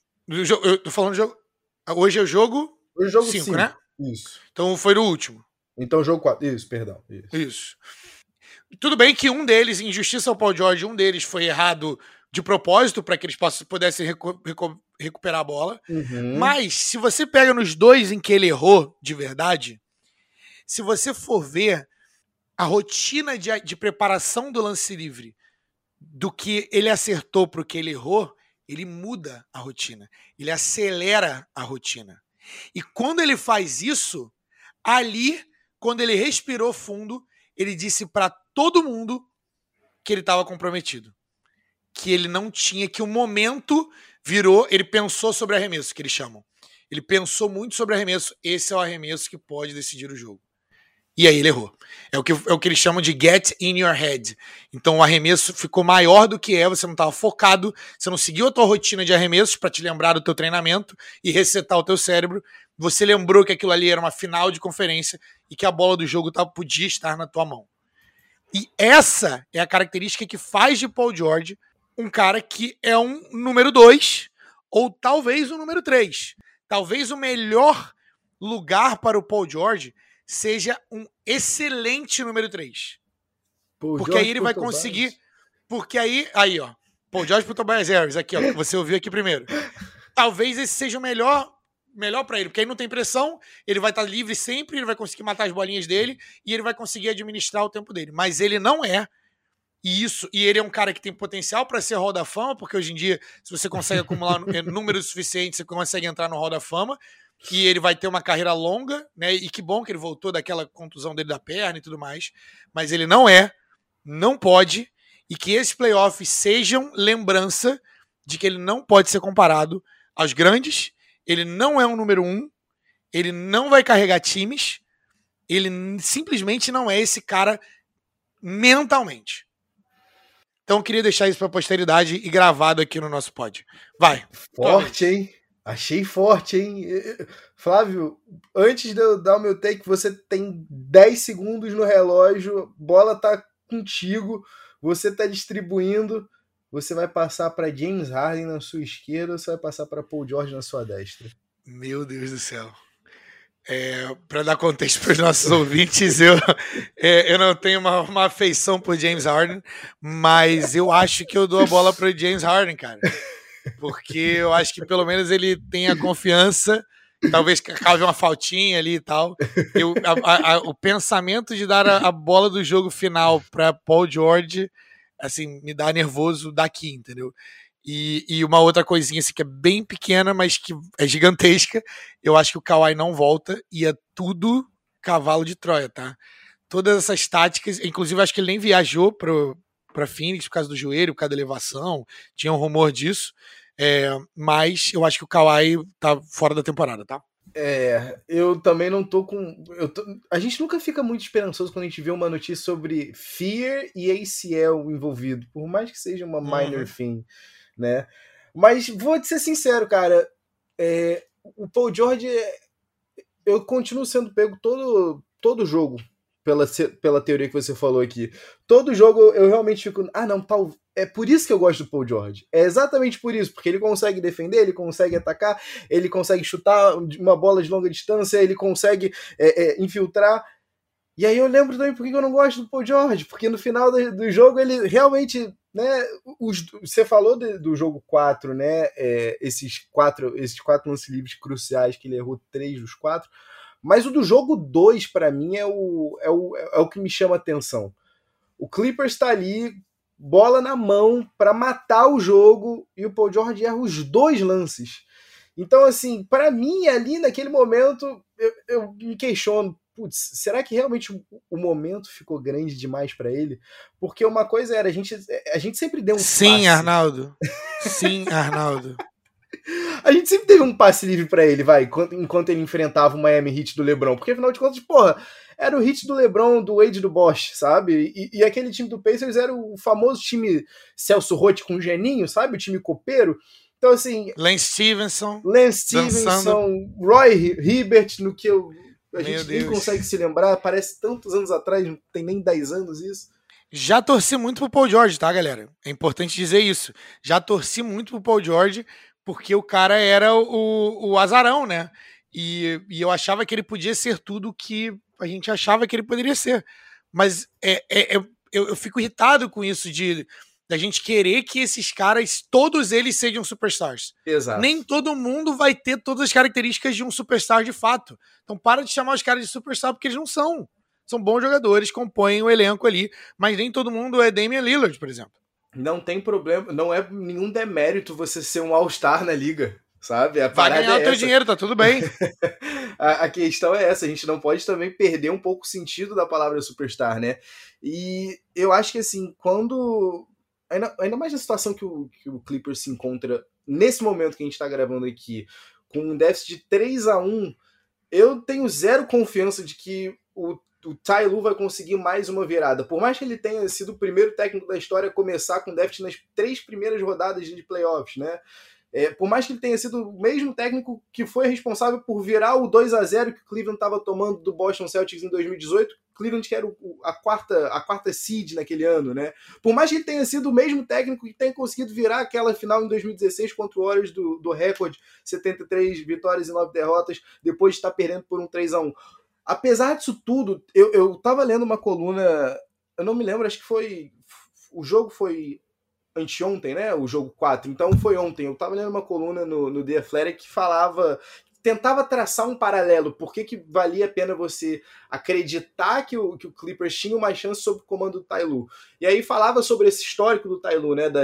Eu tô falando do jogo... Hoje é o jogo 5, né? Isso. Então foi no último. Então jogo 4. Isso, perdão. Isso. Tudo bem que um deles, em justiça ao Paul George, um deles foi errado de propósito para que eles pudessem recuperar a bola. Uhum. Mas se você pega nos 2 em que ele errou de verdade, se você for ver a rotina de preparação do lance livre, do que ele acertou para o que ele errou, ele muda a rotina. Ele acelera a rotina. E quando ele faz isso, ali, quando ele respirou fundo, ele disse para todo mundo que ele estava comprometido. Que ele não tinha, que o momento virou, ele pensou sobre arremesso, que eles chamam. Ele pensou muito sobre arremesso. Esse é o arremesso que pode decidir o jogo. E aí ele errou. É o que eles chamam de get in your head. Então o arremesso ficou maior do que você não estava focado, você não seguiu a tua rotina de arremessos para te lembrar do teu treinamento e resetar o teu cérebro. Você lembrou que aquilo ali era uma final de conferência e que a bola do jogo podia estar na tua mão. E essa é a característica que faz de Paul George um cara que é um número 2 ou talvez um número 3. Talvez o melhor lugar para o Paul George seja um excelente número 3. Porque aí ele vai conseguir... Porque aí ó, Paul George pro Tobias Harris, aqui ó, que você ouviu aqui primeiro. Talvez esse seja o melhor para ele, porque aí não tem pressão, ele vai estar livre sempre, ele vai conseguir matar as bolinhas dele e ele vai conseguir administrar o tempo dele. Mas ele não é isso, e ele é um cara que tem potencial para ser Hall da Fama, porque hoje em dia, se você consegue acumular números suficientes, você consegue entrar no Hall da Fama, e ele vai ter uma carreira longa, né? E que bom que ele voltou daquela contusão dele da perna e tudo mais, mas ele não pode, e que esses playoffs sejam lembrança de que ele não pode ser comparado aos grandes, ele não é um número 1, ele não vai carregar times, ele simplesmente não é esse cara mentalmente. Então eu queria deixar isso para a posteridade e gravado aqui no nosso pod. Vai. Forte, hein? Achei forte, hein? Flávio, antes de eu dar o meu take, você tem 10 segundos no relógio, bola tá contigo, você tá distribuindo, você vai passar para James Harden na sua esquerda ou você vai passar para Paul George na sua destra? Meu Deus do céu. Para dar contexto para os nossos ouvintes, eu não tenho uma afeição por James Harden, mas eu acho que eu dou a bola para o James Harden, cara. Porque eu acho que pelo menos ele tem a confiança, talvez cause uma faltinha ali e tal. O pensamento de dar a bola do jogo final para Paul George, assim, me dá nervoso daqui, entendeu? E uma outra coisinha assim, que é bem pequena, mas que é gigantesca, eu acho que o Kawhi não volta e é tudo cavalo de Troia, tá? Todas essas táticas, inclusive acho que ele nem viajou para Phoenix por causa do joelho, por causa da elevação, tinha um rumor disso, mas eu acho que o Kawhi tá fora da temporada, tá? Eu também não tô com... A gente nunca fica muito esperançoso quando a gente vê uma notícia sobre Fear e ACL envolvido, por mais que seja uma minor thing, né? Mas vou te ser sincero, cara, o Paul George, eu continuo sendo pego todo jogo, pela teoria que você falou aqui. Todo jogo eu realmente fico, é por isso que eu gosto do Paul George. É exatamente por isso, porque ele consegue defender, ele consegue atacar, ele consegue chutar uma bola de longa distância, ele consegue infiltrar. E aí eu lembro também por que eu não gosto do Paul George, porque no final do jogo ele realmente, né, você falou do jogo 4, né, esses quatro lances livres cruciais que ele errou 3 dos 4, mas o do jogo 2 para mim é o que me chama atenção. O Clippers está ali, bola na mão para matar o jogo e o Paul George erra os 2 lances. Então, assim, para mim, ali naquele momento, eu me questiono, putz, será que realmente o momento ficou grande demais para ele? Porque uma coisa era, a gente sempre deu um Sim, Arnaldo. Sim, Arnaldo. A gente sempre teve um passe livre pra ele, enquanto ele enfrentava o Miami Heat do LeBron. Porque, afinal de contas, porra, era o Heat do LeBron, do Wade, do Bosh, sabe? E aquele time do Pacers era o famoso time Celso Roth com Geninho, sabe? O time copeiro. Então, assim... Lance Stevenson, Roy Hibbert, no que a gente nem consegue se lembrar. Parece tantos anos atrás, não tem nem 10 anos isso. Já torci muito pro Paul George, tá, galera? É importante dizer isso. Já torci muito pro Paul George, porque o cara era o azarão, né? E eu achava que ele podia ser tudo que a gente achava que ele poderia ser. Mas eu fico irritado com isso da gente querer que esses caras, todos eles sejam superstars. Exato. Nem todo mundo vai ter todas as características de um superstar de fato. Então para de chamar os caras de superstar, porque eles não são. São bons jogadores, compõem o elenco ali, mas nem todo mundo é Damian Lillard, por exemplo. Não tem problema, não é nenhum demérito você ser um All-Star na liga, sabe? Vai ganhar o teu dinheiro, tá tudo bem. A questão é essa, a gente não pode também perder um pouco o sentido da palavra superstar, né? E eu acho que assim, quando... Ainda mais na situação que o Clippers se encontra nesse momento que a gente tá gravando aqui, com um déficit de 3-1, eu tenho zero confiança de que o Ty Lue vai conseguir mais uma virada. Por mais que ele tenha sido o primeiro técnico da história a começar com déficit nas 3 primeiras rodadas de playoffs, né? Por mais que ele tenha sido o mesmo técnico que foi responsável por virar o 2-0 que o Cleveland estava tomando do Boston Celtics em 2018, Cleveland que era a quarta seed naquele ano, né? Por mais que ele tenha sido o mesmo técnico que tenha conseguido virar aquela final em 2016 contra o Warriors do recorde 73 vitórias e 9 derrotas, depois de estar perdendo por um 3-1. Apesar disso tudo, eu tava lendo uma coluna, eu não me lembro, acho que o jogo foi anteontem, né, o jogo 4, então foi ontem, eu tava lendo uma coluna no The Athletic que tentava traçar um paralelo, por que valia a pena você acreditar que o Clippers tinha uma chance sob o comando do Ty Lue. E aí falava sobre esse histórico do Ty Lue, né,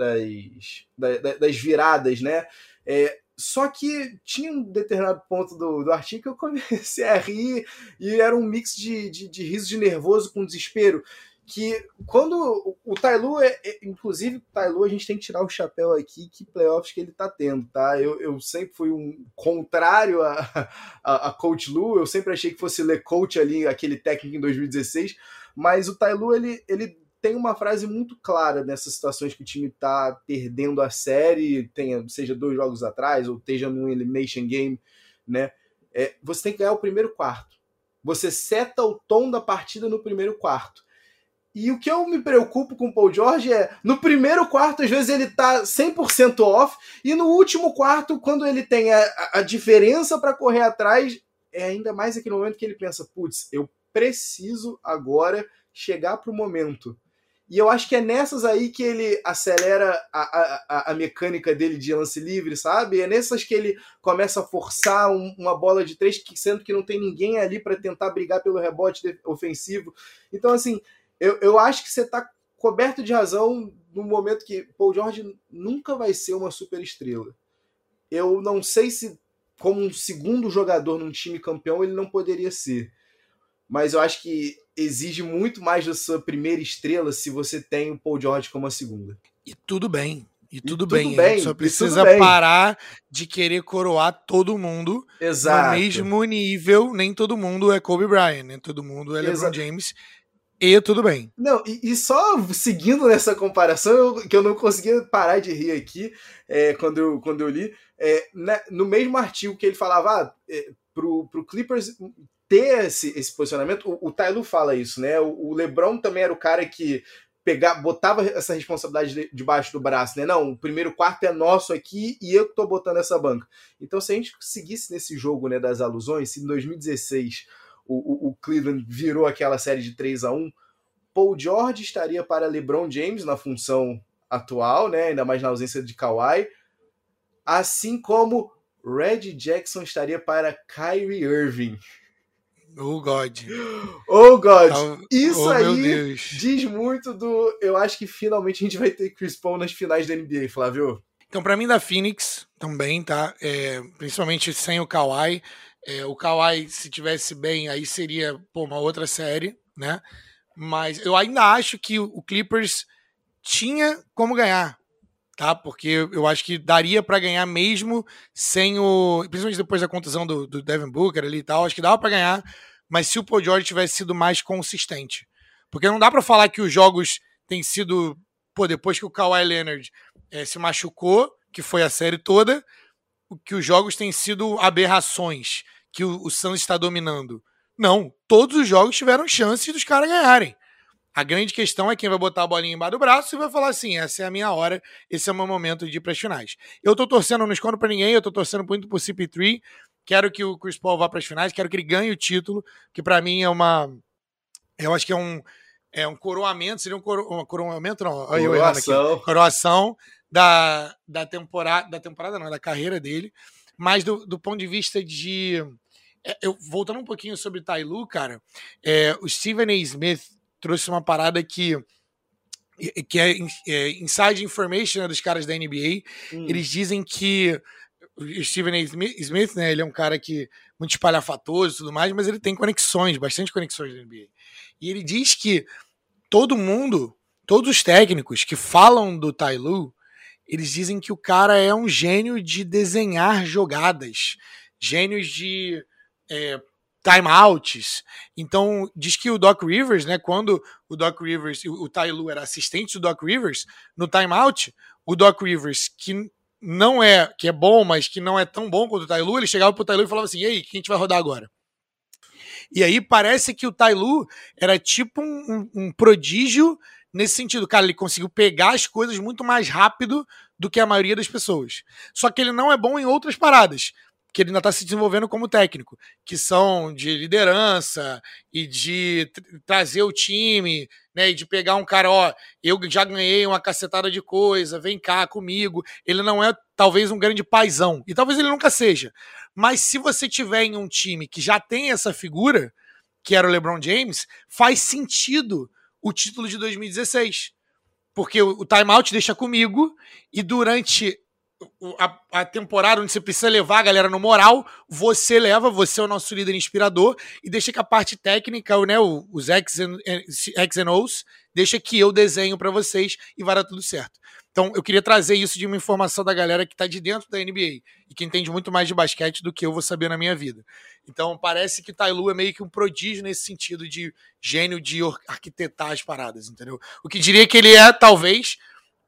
das viradas, né, só que tinha um determinado ponto do artigo que eu comecei a rir e era um mix de riso de nervoso com desespero. Que quando o Ty Lue, inclusive o Ty Lue, a gente tem que tirar o chapéu aqui, que playoffs que ele tá tendo, tá? Eu sempre fui um contrário a Coach Lue, eu sempre achei que fosse Le Coach ali, aquele técnico em 2016, mas o Ty Lue, ele tem uma frase muito clara nessas situações que o time tá perdendo a série, seja 2 jogos atrás, ou esteja num elimination game, né? Você tem que ganhar o primeiro quarto. Você seta o tom da partida no primeiro quarto. E o que eu me preocupo com o Paul George no primeiro quarto, às vezes ele tá 100% off, e no último quarto, quando ele tem a diferença para correr atrás, é ainda mais aquele momento que ele pensa, putz, eu preciso agora chegar pro momento. E eu acho que é nessas aí que ele acelera a mecânica dele de lance livre, sabe? É nessas que ele começa a forçar uma bola de 3, sendo que não tem ninguém ali para tentar brigar pelo rebote ofensivo. Então, assim, eu acho que você tá coberto de razão no momento que Paul George nunca vai ser uma super estrela. Eu não sei se, como um segundo jogador num time campeão, ele não poderia ser. Mas eu acho que exige muito mais da sua primeira estrela se você tem o Paul George como a segunda. E tudo bem. E tudo bem. A gente só precisa parar de querer coroar todo mundo no mesmo nível. Nem todo mundo é Kobe Bryant, nem todo mundo é LeBron James. E tudo bem. Não, e só seguindo nessa comparação, que eu não conseguia parar de rir aqui quando eu li, no mesmo artigo que ele falava pro Clippers ter esse posicionamento, o Ty Lue fala isso, né? O LeBron também era o cara que botava essa responsabilidade debaixo do braço, né? Não, o primeiro quarto é nosso aqui e eu que tô botando essa banca. Então, se a gente seguisse nesse jogo, né, das alusões, se em 2016 o Cleveland virou aquela série de 3-1, Paul George estaria para LeBron James na função atual, né? Ainda mais na ausência de Kawhi, assim como Reggie Jackson estaria para Kyrie Irving. Oh, God. Oh, God. Isso aí diz muito do... Eu acho que finalmente a gente vai ter Chris Paul nas finais da NBA, Flávio. Então, pra mim, da Phoenix também, tá? Principalmente sem o Kawhi. O Kawhi, se tivesse bem, aí seria uma outra série, né? Mas eu ainda acho que o Clippers tinha como ganhar, tá? Porque eu acho que daria pra ganhar mesmo sem o... Principalmente depois da contusão do Devin Booker ali e tal, acho que dava pra ganhar, mas se o Paul George tivesse sido mais consistente. Porque não dá pra falar que os jogos têm sido... depois que o Kawhi Leonard se machucou, que foi a série toda, que os jogos têm sido aberrações, que o Suns está dominando. Não, todos os jogos tiveram chance dos caras ganharem. A grande questão é quem vai botar a bolinha embaixo do braço e vai falar assim, essa é a minha hora, esse é o meu momento de ir para as finais. Eu tô torcendo, não escondo para ninguém, eu tô torcendo muito pro CP3, quero que o Chris Paul vá para as finais, quero que ele ganhe o título, que para mim é uma... Eu acho que é um coroamento, seria um coroamento, não, eu errando aqui. Coroação da temporada não, da carreira dele, mas do ponto de vista de... voltando um pouquinho sobre Ty Lue, cara, o Stephen A. Smith trouxe uma parada que é inside information, né, dos caras da NBA. Eles dizem que o Stephen A. Smith, né, ele é um cara que muito espalhafatoso e tudo mais, mas ele tem conexões, bastante conexões da NBA. E ele diz que todos os técnicos que falam do Ty Lue, eles dizem que o cara é um gênio de desenhar jogadas, gênios de timeouts. Então, diz que o Doc Rivers, né, quando o Doc Rivers, o Ty Lue era assistente do Doc Rivers, no timeout, o Doc Rivers, que é bom, mas que não é tão bom quanto o Ty Lue, ele chegava pro Ty Lue e falava assim, e aí, o que a gente vai rodar agora? E aí parece que o Ty Lue era tipo um prodígio nesse sentido. Cara, ele conseguiu pegar as coisas muito mais rápido do que a maioria das pessoas. Só que ele não é bom em outras paradas, que ele ainda está se desenvolvendo como técnico, que são de liderança e de trazer o time, né, e de pegar um cara, eu já ganhei uma cacetada de coisa, vem cá comigo. Ele não é, talvez, um grande paizão, e talvez ele nunca seja. Mas se você tiver em um time que já tem essa figura, que era o LeBron James, faz sentido o título de 2016. Porque o timeout deixa comigo, e durante a temporada onde você precisa levar a galera no moral, você é o nosso líder inspirador, e deixa que a parte técnica, né, os X and O's, deixa que eu desenho pra vocês e vai dar tudo certo. Então eu queria trazer isso de uma informação da galera que tá de dentro da NBA e que entende muito mais de basquete do que eu vou saber na minha vida. Então parece que o Ty Lue é meio que um prodígio nesse sentido de gênio de arquitetar as paradas, entendeu? O que diria que ele é, talvez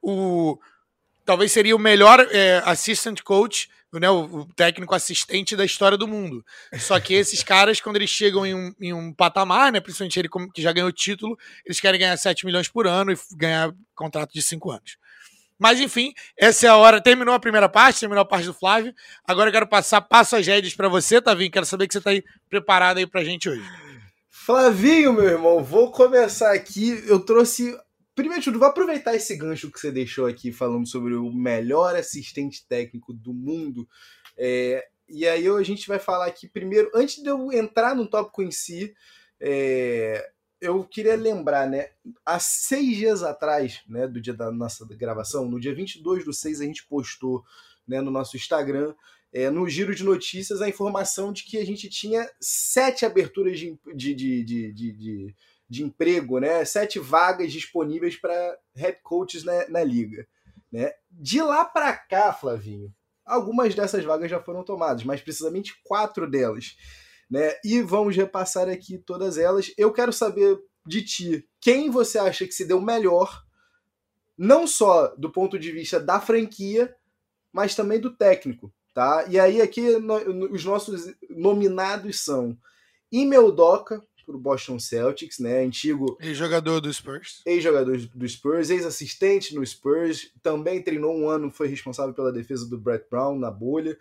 seria o melhor assistant coach, né, o técnico assistente da história do mundo. Só que esses caras, quando eles chegam em um patamar, né, principalmente ele que já ganhou título, eles querem ganhar 7 milhões por ano e ganhar contrato de 5 anos. Mas, enfim, essa é a hora. Terminou a primeira parte, terminou a parte do Flávio. Agora eu quero passo as rédeas para você, Tavinho. Quero saber que você tá aí preparado aí pra gente hoje. Flavinho, meu irmão, vou começar aqui. Eu trouxe... Primeiro de tudo, vou aproveitar esse gancho que você deixou aqui falando sobre o melhor assistente técnico do mundo. E aí a gente vai falar aqui primeiro, antes de eu entrar no tópico em si, eu queria lembrar, né? Há 6 dias atrás, né, do dia da nossa gravação, no dia 22/6, a gente postou, né, no nosso Instagram, no giro de notícias, a informação de que a gente tinha 7 aberturas de emprego, né? 7 vagas disponíveis para head coaches na liga, né? De lá para cá, Flavinho, algumas dessas vagas já foram tomadas, mas precisamente 4 delas, né? E vamos repassar aqui todas elas. Eu quero saber de ti, quem você acha que se deu melhor, não só do ponto de vista da franquia, mas também do técnico, tá? E aí aqui os nossos nominados são Ime Udoka, pro Boston Celtics, né? Antigo Ex-jogador do Spurs. Ex-jogador do Spurs, ex-assistente no Spurs, também treinou um ano, foi responsável pela defesa do Brett Brown na bolha,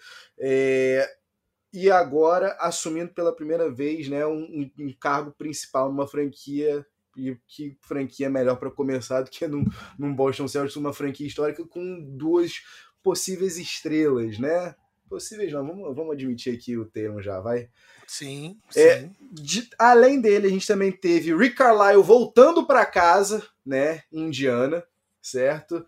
e agora assumindo pela primeira vez, né, um cargo principal numa franquia, e que franquia melhor para começar do que num Boston Celtics, uma franquia histórica com 2 possíveis estrelas, né? Possíveis não, vamos admitir aqui o termo já, vai? Sim. Além dele, a gente também teve Rick Carlisle voltando para casa, né, em Indiana, certo?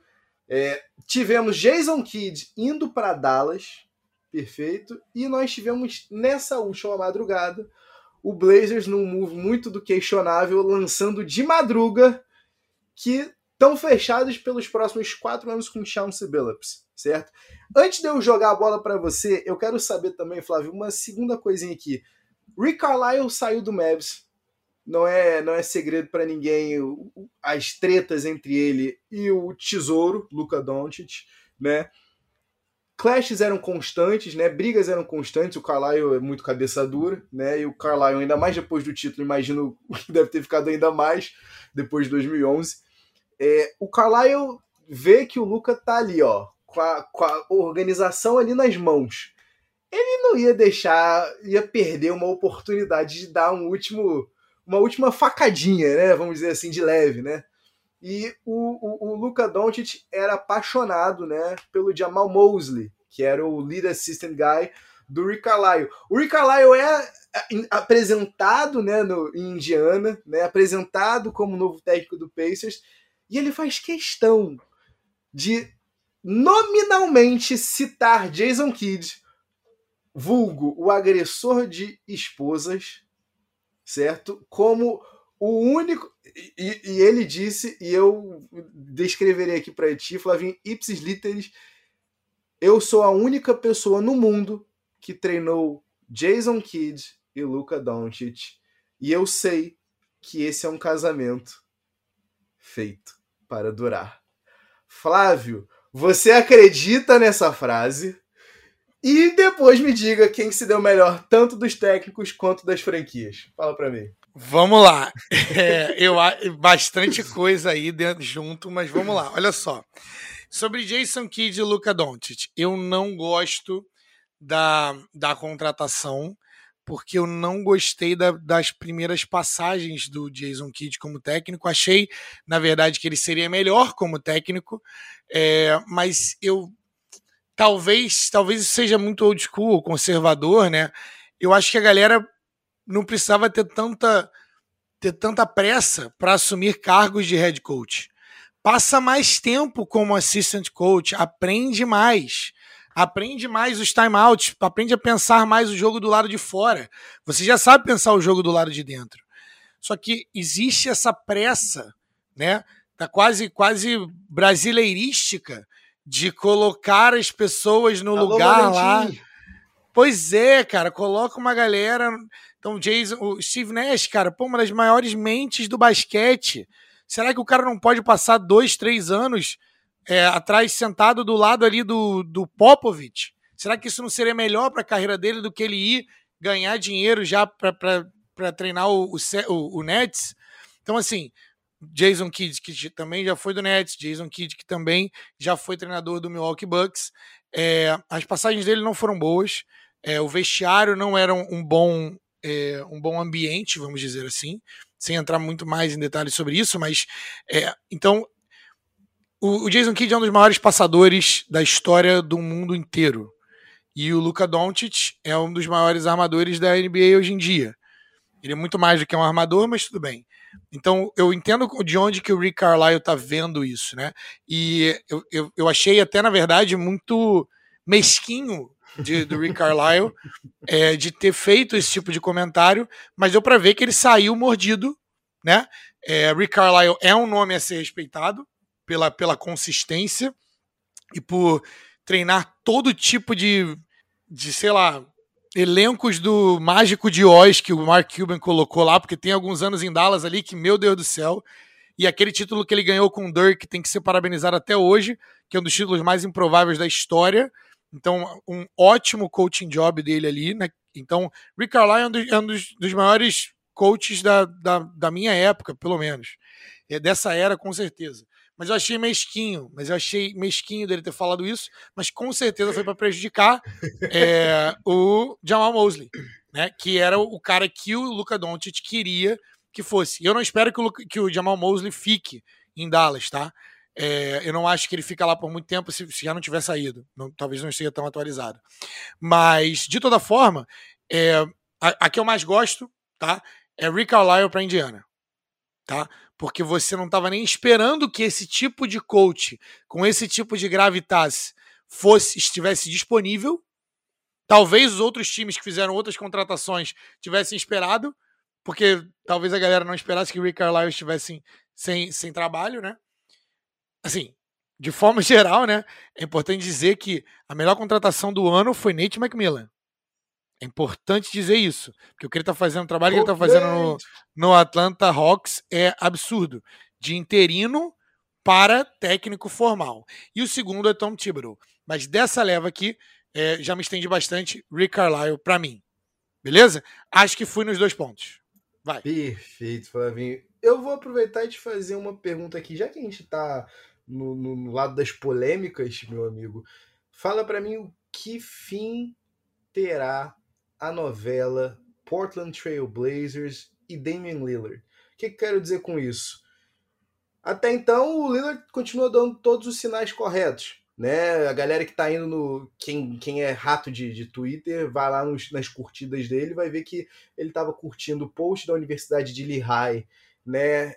Tivemos Jason Kidd indo para Dallas, perfeito, e nós tivemos nessa última madrugada o Blazers num move muito do questionável, lançando de madruga que estão fechados pelos próximos 4 anos com Chauncey Billups, certo? Antes de eu jogar a bola para você, eu quero saber também, Flávio, uma segunda coisinha aqui. Rick Carlisle saiu do Mavs, não é segredo para ninguém as tretas entre ele e o tesouro, Luka Doncic, né? Clashes eram constantes, né? Brigas eram constantes, o Carlisle é muito cabeça dura, né? E o Carlisle, ainda mais depois do título, imagino que deve ter ficado ainda mais depois de 2011. O Carlisle vê que o Luka tá ali, ó, com a organização ali nas mãos. Ele não ia ia perder uma oportunidade de dar uma última facadinha, né? Vamos dizer assim, de leve, né? E o Luka Doncic era apaixonado, né, pelo Jamal Mosley, que era o lead assistant guy do Rick Carlisle. O Rick Carlisle é apresentado, né, em Indiana, né, apresentado como novo técnico do Pacers, e ele faz questão de nominalmente citar Jason Kidd, vulgo o agressor de esposas, certo? Como o único... E ele disse, e eu descreverei aqui para ti, Flavinho, ipsis literis, eu sou a única pessoa no mundo que treinou Jason Kidd e Luka Doncic, e eu sei que esse é um casamento feito para durar. Flávio, você acredita nessa frase? E depois me diga quem se deu melhor, tanto dos técnicos quanto das franquias. Fala pra mim. Vamos lá. Bastante coisa aí dentro, junto, mas vamos lá. Olha só. Sobre Jason Kidd e Luka Doncic, eu não gosto da contratação, porque eu não gostei das primeiras passagens do Jason Kidd como técnico. Achei, na verdade, que ele seria melhor como técnico, mas talvez isso seja muito old school, conservador, né? Eu acho que a galera não precisava ter tanta pressa para assumir cargos de head coach. Passa mais tempo como assistant coach, aprende mais os timeouts, aprende a pensar mais o jogo do lado de fora. Você já sabe pensar o jogo do lado de dentro. Só que existe essa pressa, né? Tá quase brasileirística de colocar as pessoas no lugar lá. Pois é, cara, coloca uma galera. Então, o Steve Nash, cara, uma das maiores mentes do basquete. Será que o cara não pode passar 2, 3 anos atrás, sentado do lado ali do Popovich? Será que isso não seria melhor para a carreira dele do que ele ir ganhar dinheiro já para treinar o Nets? Então, assim, Jason Kidd, que também já foi do Nets, Jason Kidd, que também já foi treinador do Milwaukee Bucks. As passagens dele não foram boas, o vestiário não era um bom ambiente, vamos dizer assim, sem entrar muito mais em detalhes sobre isso, mas então o Jason Kidd é um dos maiores passadores da história do mundo inteiro. E o Luka Doncic é um dos maiores armadores da NBA hoje em dia. Ele é muito mais do que um armador, mas tudo bem. Então, eu entendo de onde que o Rick Carlisle tá vendo isso, né? E eu achei até, na verdade, muito mesquinho do Rick Carlisle de ter feito esse tipo de comentário, mas deu para ver que ele saiu mordido, né? Rick Carlisle é um nome a ser respeitado pela consistência e por treinar todo tipo de sei lá, elencos do Mágico de Oz que o Mark Cuban colocou lá, porque tem alguns anos em Dallas ali que, meu Deus do céu, e aquele título que ele ganhou com o Dirk tem que ser parabenizado até hoje, que é um dos títulos mais improváveis da história. Então, um ótimo coaching job dele ali, né? Então, Rick Carlisle é um dos maiores coaches da minha época, pelo menos. Dessa era, com certeza. Mas eu achei mesquinho dele ter falado isso, mas com certeza foi para prejudicar o Jamal Mosley, né? Que era o cara que o Luka Doncic queria que fosse. E eu não espero que o Jamal Mosley fique em Dallas, tá? Eu não acho que ele fica lá por muito tempo se já não tiver saído. Talvez não esteja tão atualizado. Mas, de toda forma, a que eu mais gosto, tá? É Rick Carlisle para Indiana. Tá? Porque você não estava nem esperando que esse tipo de coach, com esse tipo de gravitas, estivesse disponível. Talvez os outros times que fizeram outras contratações tivessem esperado, porque talvez a galera não esperasse que o Rick Carlisle estivesse sem trabalho, né? Assim, de forma geral, né? É importante dizer que a melhor contratação do ano foi Nate McMillan. É importante dizer isso, porque o que ele está fazendo, o trabalho que ele está fazendo no Atlanta Hawks é absurdo. De interino para técnico formal. E o segundo é Tom Thibodeau. Mas dessa leva aqui, já me estende bastante Rick Carlisle para mim. Beleza? Acho que fui nos 2 pontos. Vai. Perfeito, Flavinho. Eu vou aproveitar e te fazer uma pergunta aqui, já que a gente está no lado das polêmicas, meu amigo. Fala para mim o que fim terá a novela Portland Trail Blazers e Damian Lillard. O que quero dizer com isso? Até então, o Lillard continua dando todos os sinais corretos, né? A galera que tá indo no... Quem é rato de Twitter, vai lá nas curtidas dele, vai ver que ele tava curtindo o post da Universidade de Lehigh, né?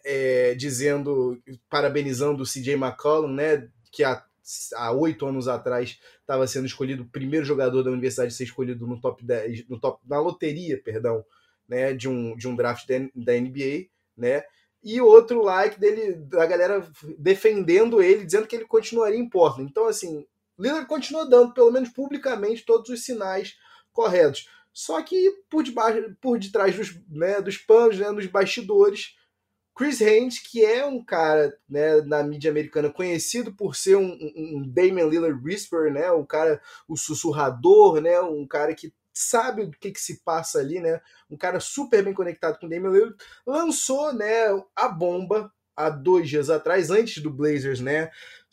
Parabenizando o CJ McCollum, né? Que há 8 anos atrás estava sendo escolhido o primeiro jogador da universidade a ser escolhido no top 10, na loteria, perdão, né, de um draft da NBA, né? E outro like da galera defendendo ele, dizendo que ele continuaria em Portland. Então, assim, Lillard continua dando, pelo menos publicamente, todos os sinais corretos. Só que por detrás dos panos, né, nos bastidores, Chris Haynes, que é um cara, né, na mídia americana conhecido por ser um Damian Lillard whisperer, né, o sussurrador, né, um cara que sabe o que se passa ali, né, um cara super bem conectado com o Damian Lillard, lançou, né, a bomba há 2 dias atrás, antes do Blazers, né,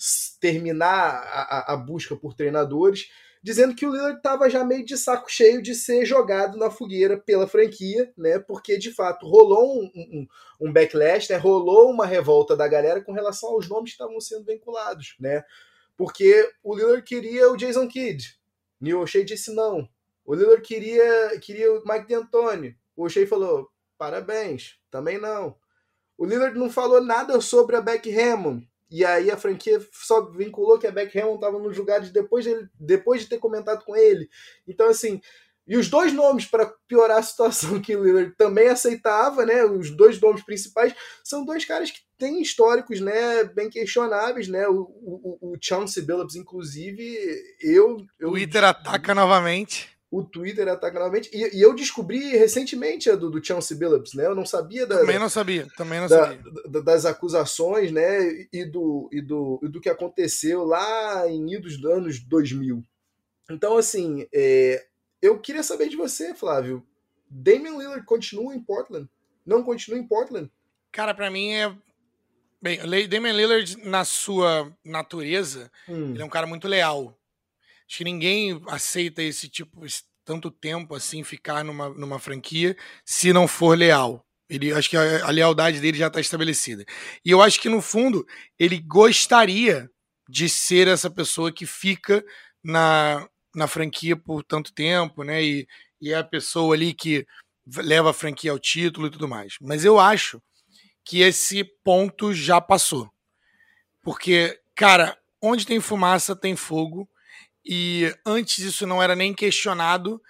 terminar a busca por treinadores, dizendo que o Lillard estava já meio de saco cheio de ser jogado na fogueira pela franquia, né? Porque, de fato, rolou um backlash, né? Rolou uma revolta da galera com relação aos nomes que estavam sendo vinculados, né? Porque o Lillard queria o Jason Kidd. Neil O'Shea disse não. O Lillard queria o Mike D'Antoni. O O'Shea falou, parabéns, também não. O Lillard não falou nada sobre a Becky Hammond. E aí a franquia só vinculou que a Beck Hammond estava nos lugares depois de ter comentado com ele. Então, assim, e os 2 nomes para piorar a situação que o Lillard também aceitava, né? Os 2 nomes principais são 2 caras que têm históricos, né, bem questionáveis, né? O Chauncey Billups, inclusive, o Twitter ataca novamente. O Twitter ataca novamente. E eu descobri recentemente a do Chauncey Billups, né? Eu não sabia Também não sabia. Das acusações, né? E do que aconteceu lá em idos dos anos 2000. Então, assim, eu queria saber de você, Flávio. Damian Lillard continua em Portland? Não continua em Portland? Cara, pra mim Bem, o Damian Lillard, na sua natureza, ele é um cara muito leal. Acho que ninguém aceita tanto tempo assim, ficar numa franquia, se não for leal. Acho que a lealdade dele já está estabelecida. E eu acho que, no fundo, ele gostaria de ser essa pessoa que fica na franquia por tanto tempo, né? E é a pessoa ali que leva a franquia ao título e tudo mais. Mas eu acho que esse ponto já passou. Porque, cara, onde tem fumaça, tem fogo. E antes isso não era nem questionado.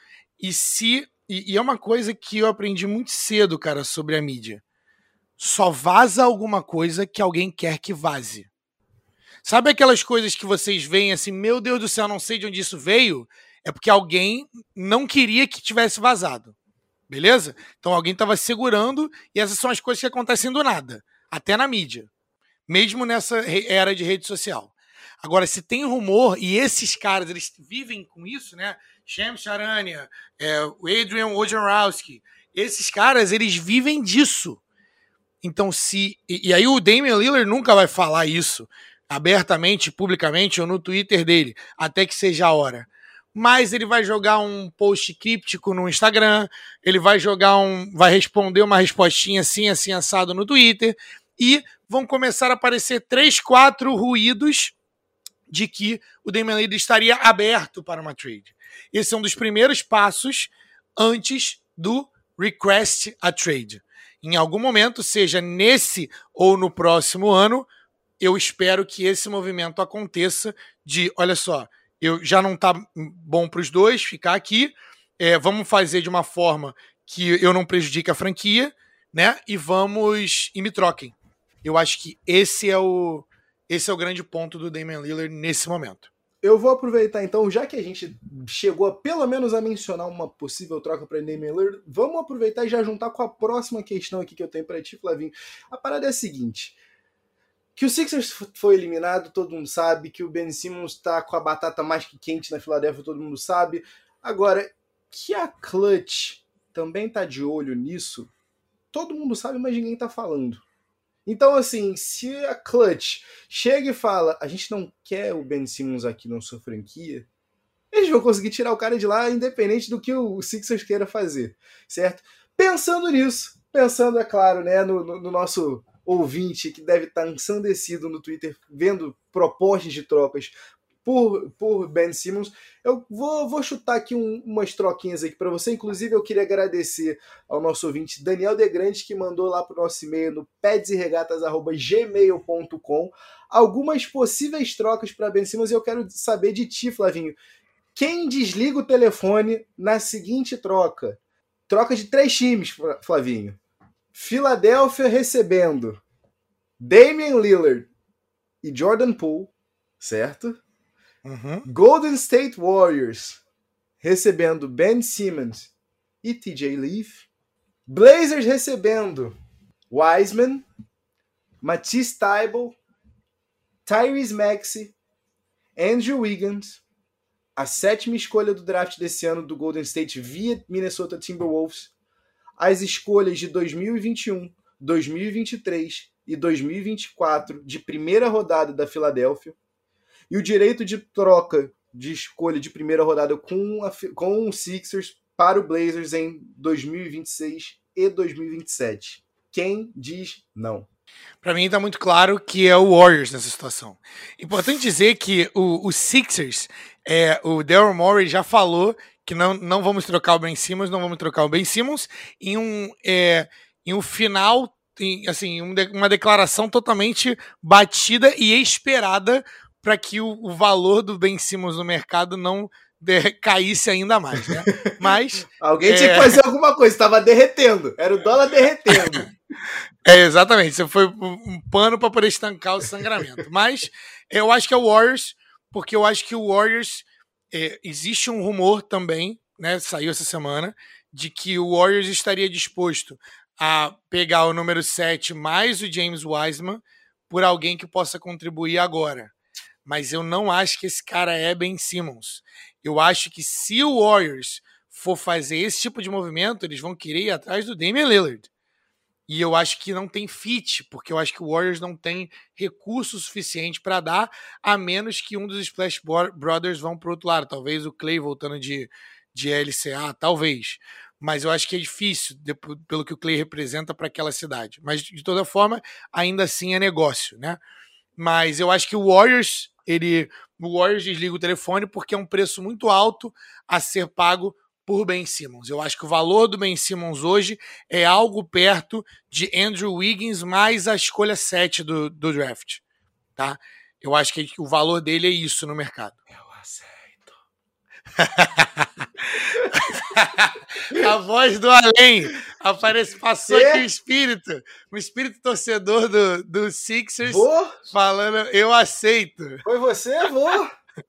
E é uma coisa que eu aprendi muito cedo, cara, sobre a mídia. Só vaza alguma coisa que alguém quer que vaze. Sabe aquelas coisas que vocês veem assim, meu Deus do céu, não sei de onde isso veio? É porque alguém não queria que tivesse vazado. Beleza? Então alguém estava segurando e essas são as coisas que acontecem do nada. Até na mídia. Mesmo nessa era de rede social. Agora, se tem rumor, e esses caras, eles vivem com isso, né? Shams Charania, o Adrian Wojnarowski, esses caras, eles vivem disso. Então, e aí o Damian Lillard nunca vai falar isso abertamente, publicamente, ou no Twitter dele, até que seja a hora. Mas ele vai jogar um post críptico no Instagram, ele vai responder uma respostinha assim assado no Twitter, e vão começar a aparecer 3, 4 ruídos de que o Damian Lillard estaria aberto para uma trade. Esse é um dos primeiros passos antes do request a trade. Em algum momento, seja nesse ou no próximo ano, eu espero que esse movimento aconteça de, olha só, já não tá bom para os dois ficar aqui, vamos fazer de uma forma que eu não prejudique a franquia, né? E me troquem. Eu acho que esse é o grande ponto do Damian Lillard nesse momento. Eu vou aproveitar então, já que a gente chegou pelo menos a mencionar uma possível troca para Damian Lillard, vamos aproveitar e já juntar com a próxima questão aqui que eu tenho para ti, Flavinho. A parada é a seguinte: que o Sixers foi eliminado, todo mundo sabe, que o Ben Simmons tá com a batata mais que quente na Filadélfia, todo mundo sabe. Agora, que a Clutch também tá de olho nisso, todo mundo sabe, mas ninguém tá falando. Então, assim, se a Clutch chega e fala, a gente não quer o Ben Simmons aqui na sua franquia, eles vão conseguir tirar o cara de lá, independente do que o Sixers queira fazer, certo? Pensando nisso, é claro, né, no nosso ouvinte que deve estar ensandecido no Twitter, vendo propostas de trocas por Ben Simmons, eu vou chutar aqui umas troquinhas aqui para você. Inclusive, eu queria agradecer ao nosso ouvinte Daniel Degrande, que mandou lá para o nosso e-mail no pedsregatas@gmail.com algumas possíveis trocas para Ben Simmons, e eu quero saber de ti, Flavinho. Quem desliga o telefone na seguinte troca? Troca de 3 times, Flavinho. Filadélfia recebendo Damian Lillard e Jordan Poole, certo? Uhum. Golden State Warriors recebendo Ben Simmons e TJ Leaf. Blazers recebendo Wiseman, Matisse Thybulle, Tyrese Maxey, Andrew Wiggins, a 7ª escolha do draft desse ano do Golden State via Minnesota Timberwolves, as escolhas de 2021, 2023 e 2024 de primeira rodada da Filadélfia, e o direito de troca de escolha de primeira rodada com o Sixers para o Blazers em 2026 e 2027. Quem diz não? Para mim tá muito claro que é o Warriors nessa situação. Importante dizer que o Sixers, o Daryl Morey já falou que não vamos trocar o Ben Simmons, em um final, assim, uma declaração totalmente batida e esperada para que o valor do Ben Simmons no mercado não caísse ainda mais, né? Mas alguém tinha que fazer alguma coisa, estava derretendo, era o dólar derretendo. Exatamente, isso foi um pano para poder estancar o sangramento. Mas eu acho que é o Warriors, porque eu acho que o Warriors, existe um rumor também, né, saiu essa semana, de que o Warriors estaria disposto a pegar o número 7 mais o James Wiseman por alguém que possa contribuir agora. Mas eu não acho que esse cara é Ben Simmons. Eu acho que se o Warriors for fazer esse tipo de movimento, eles vão querer ir atrás do Damian Lillard. E eu acho que não tem fit, porque eu acho que o Warriors não tem recurso suficiente para dar, a menos que um dos Splash Brothers vão para o outro lado. Talvez o Clay voltando de LCA, talvez. Mas eu acho que é difícil, pelo que o Clay representa para aquela cidade. Mas, de toda forma, ainda assim é negócio, né? Mas eu acho que o Warriors desliga o telefone porque é um preço muito alto a ser pago por Ben Simmons. Eu acho que o valor do Ben Simmons hoje é algo perto de Andrew Wiggins mais a escolha 7 do draft, tá? Eu acho que o valor dele é isso no mercado. Eu aceito. A voz do além passou aqui o espírito torcedor do Sixers falando, eu aceito. Foi você? Vou.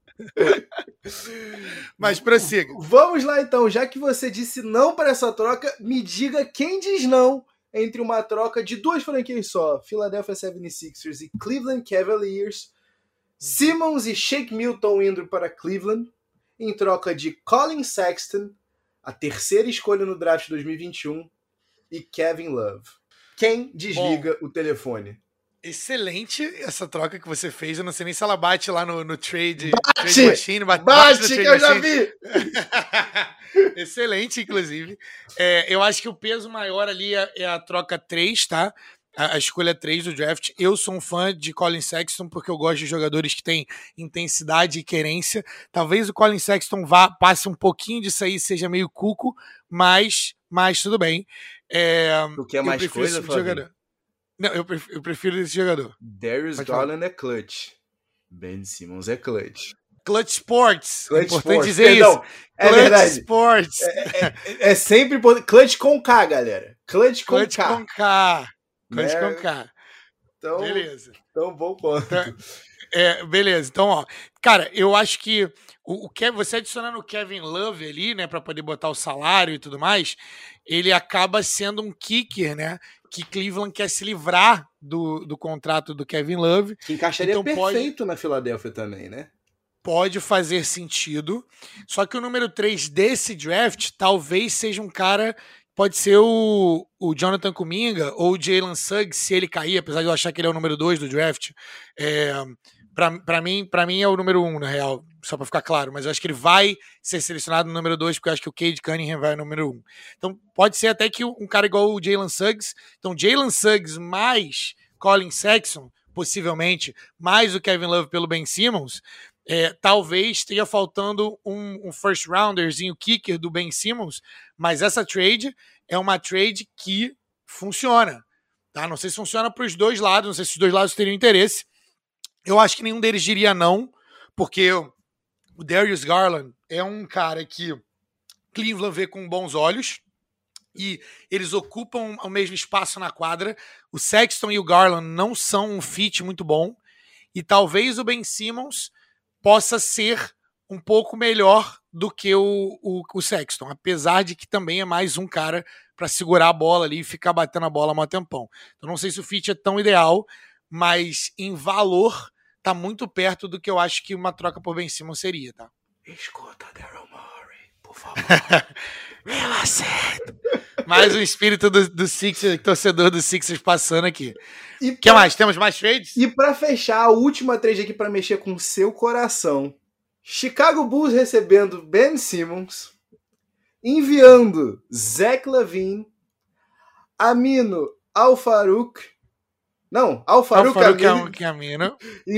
Mas prossiga. Vamos lá então, já que você disse não para essa troca, me diga quem diz não entre uma troca de 2 franquias só, Philadelphia 76ers e Cleveland Cavaliers, Simmons e Shake Milton indo para Cleveland, em troca de Colin Sexton, a 3ª escolha no draft 2021, e Kevin Love. Quem desliga o telefone? Excelente essa troca que você fez. Eu não sei nem se ela bate lá no trade machine. Bate que eu já vi! Excelente, inclusive. Eu acho que o peso maior ali é a troca 3, tá? A escolha 3 do draft. Eu sou um fã de Colin Sexton porque eu gosto de jogadores que têm intensidade e querência. Talvez o Colin Sexton passe um pouquinho disso aí, seja meio cuco, mas tudo bem. Tu quer mais coisa, Flávio? Não, eu prefiro esse jogador. Darius Garland é clutch. Ben Simmons é clutch. Clutch Sports. Clutch importante Sports. dizer Perdão, isso. É Clutch verdade. Sports. É sempre importante. Clutch com K, galera. Clutch com Clutch K. com K. Clutch com K. Então, beleza. Então, bom ponto. Beleza. Então, ó. Cara, eu acho que você adicionando o Kevin Love ali, né, pra poder botar o salário e tudo mais, ele acaba sendo um kicker, né, que Cleveland quer se livrar do contrato do Kevin Love. Que encaixaria então, perfeito na Filadélfia também, né? Pode fazer sentido. Só que o número 3 desse draft talvez seja um cara... Pode ser o Jonathan Kuminga ou o Jalen Suggs, se ele cair, apesar de eu achar que ele é o número 2 do draft. Pra mim é o número 1, na real, só pra ficar claro. Mas eu acho que ele vai ser selecionado no número 2, porque eu acho que o Cade Cunningham vai no número 1. Então pode ser até que um cara igual o Jalen Suggs. Então Jalen Suggs mais Colin Sexton, possivelmente, mais o Kevin Love pelo Ben Simmons, talvez esteja faltando um first rounderzinho kicker do Ben Simmons, mas essa trade é uma trade que funciona, tá? Não sei se funciona para os dois lados, não sei se os dois lados teriam interesse. Eu acho que nenhum deles diria não, porque o Darius Garland é um cara que Cleveland vê com bons olhos e eles ocupam o mesmo espaço na quadra. O Sexton e o Garland não são um fit muito bom e talvez o Ben Simmons possa ser um pouco melhor do que o Sexton, apesar de que também é mais um cara para segurar a bola ali e ficar batendo a bola há um tempão. Então não sei se o fit é tão ideal, mas em valor tá muito perto do que eu acho que uma troca por Ben Simmons seria, tá? Escuta, Daryl Morey, por favor. Eu aceito. Mais um espírito do Sixers, torcedor do Sixers passando aqui. O que mais? Temos mais trades? E pra fechar, a última trade aqui pra mexer com o seu coração. Chicago Bulls recebendo Ben Simmons, enviando Zach LaVine, Aminu Al-Farouq. Não, Al-Farouq Aminu.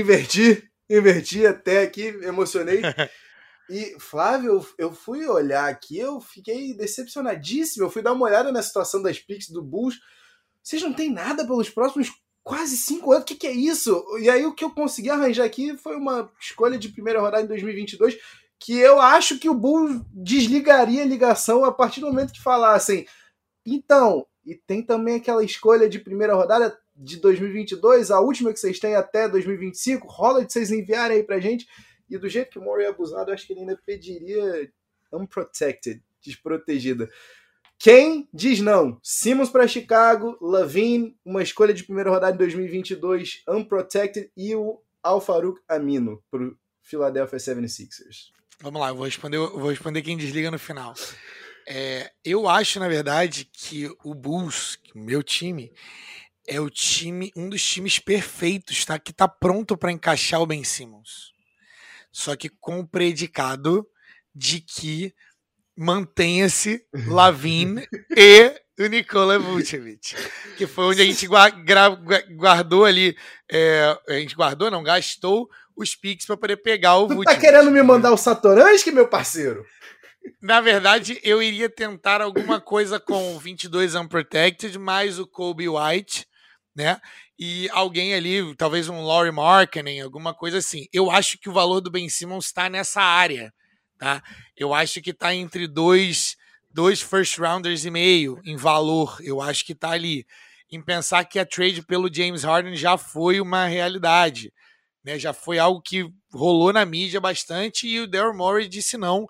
Inverti até aqui, emocionei. E, Flávio, eu fui olhar aqui, eu fiquei decepcionadíssimo. Eu fui dar uma olhada na situação das picks do Bulls. Vocês não têm nada pelos próximos quase 5 anos? O que é isso? E aí o que eu consegui arranjar aqui foi uma escolha de primeira rodada em 2022, que eu acho que o Bulls desligaria a ligação a partir do momento que falassem. Então, e tem também aquela escolha de primeira rodada de 2022, a última que vocês têm até 2025, rola de vocês enviarem aí pra gente. E do jeito que o Morey é abusado, eu acho que ele ainda pediria unprotected, desprotegida. Quem diz não? Simmons para Chicago, LaVine, uma escolha de primeira rodada em 2022, unprotected, e o Al-Farouq Aminu pro Philadelphia 76ers. Vamos lá, eu vou responder quem desliga no final. Eu acho, na verdade, que o Bulls, meu time, é um dos times perfeitos, tá? Que tá pronto para encaixar o Ben Simmons. Só que com o predicado de que mantenha-se Lavine e o Nikola Vucevic, que foi onde a gente guardou ali, a gente guardou, não, gastou os picks para poder pegar o Vucevic. Tu tá querendo me mandar o Satoransky, meu parceiro? Na verdade, eu iria tentar alguma coisa com 22 Unprotected, mais o Kobe White, né? E alguém ali, talvez um Lauri Markkanen, alguma coisa assim. Eu acho que o valor do Ben Simmons está nessa área, tá? Eu acho que está entre dois first rounders e meio em valor. Eu acho que está ali. Em pensar que a trade pelo James Harden já foi uma realidade, né? Já foi algo que rolou na mídia bastante e o Daryl Morey disse não.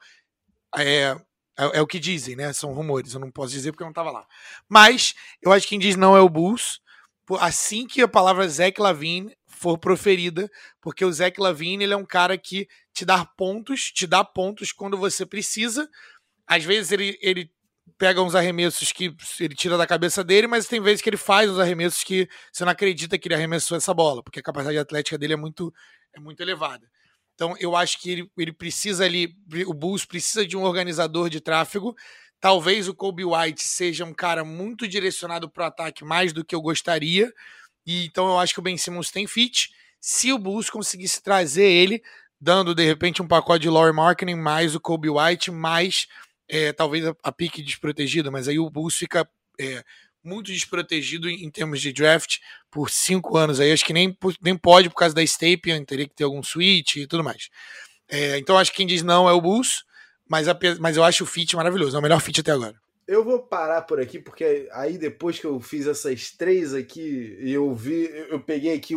É o que dizem, né? São rumores, eu não posso dizer porque eu não estava lá. Mas eu acho que quem diz não é o Bulls. Assim que a palavra Zach LaVine for proferida, porque o Zach LaVine ele é um cara que te dá pontos quando você precisa. Às vezes ele pega uns arremessos que ele tira da cabeça dele, mas tem vezes que ele faz uns arremessos que você não acredita que ele arremessou essa bola, porque a capacidade atlética dele é muito elevada. Então eu acho que ele precisa ali, o Bulls precisa de um organizador de tráfego. Talvez o Kobe White seja um cara muito direcionado para o ataque mais do que eu gostaria. E então eu acho que o Ben Simmons tem fit. Se o Bulls conseguisse trazer ele, dando de repente um pacote de Lauri Markkanen mais o Kobe White, mais talvez a pique desprotegida, mas aí o Bulls fica muito desprotegido em termos de draft por 5 anos. Aí acho que nem pode por causa da Stapien, teria que ter algum switch e tudo mais. Então acho que quem diz não é o Bulls. Mas eu acho o fit maravilhoso, é o melhor fit até agora. Eu vou parar por aqui, porque aí depois que eu fiz essas 3 aqui, eu peguei aqui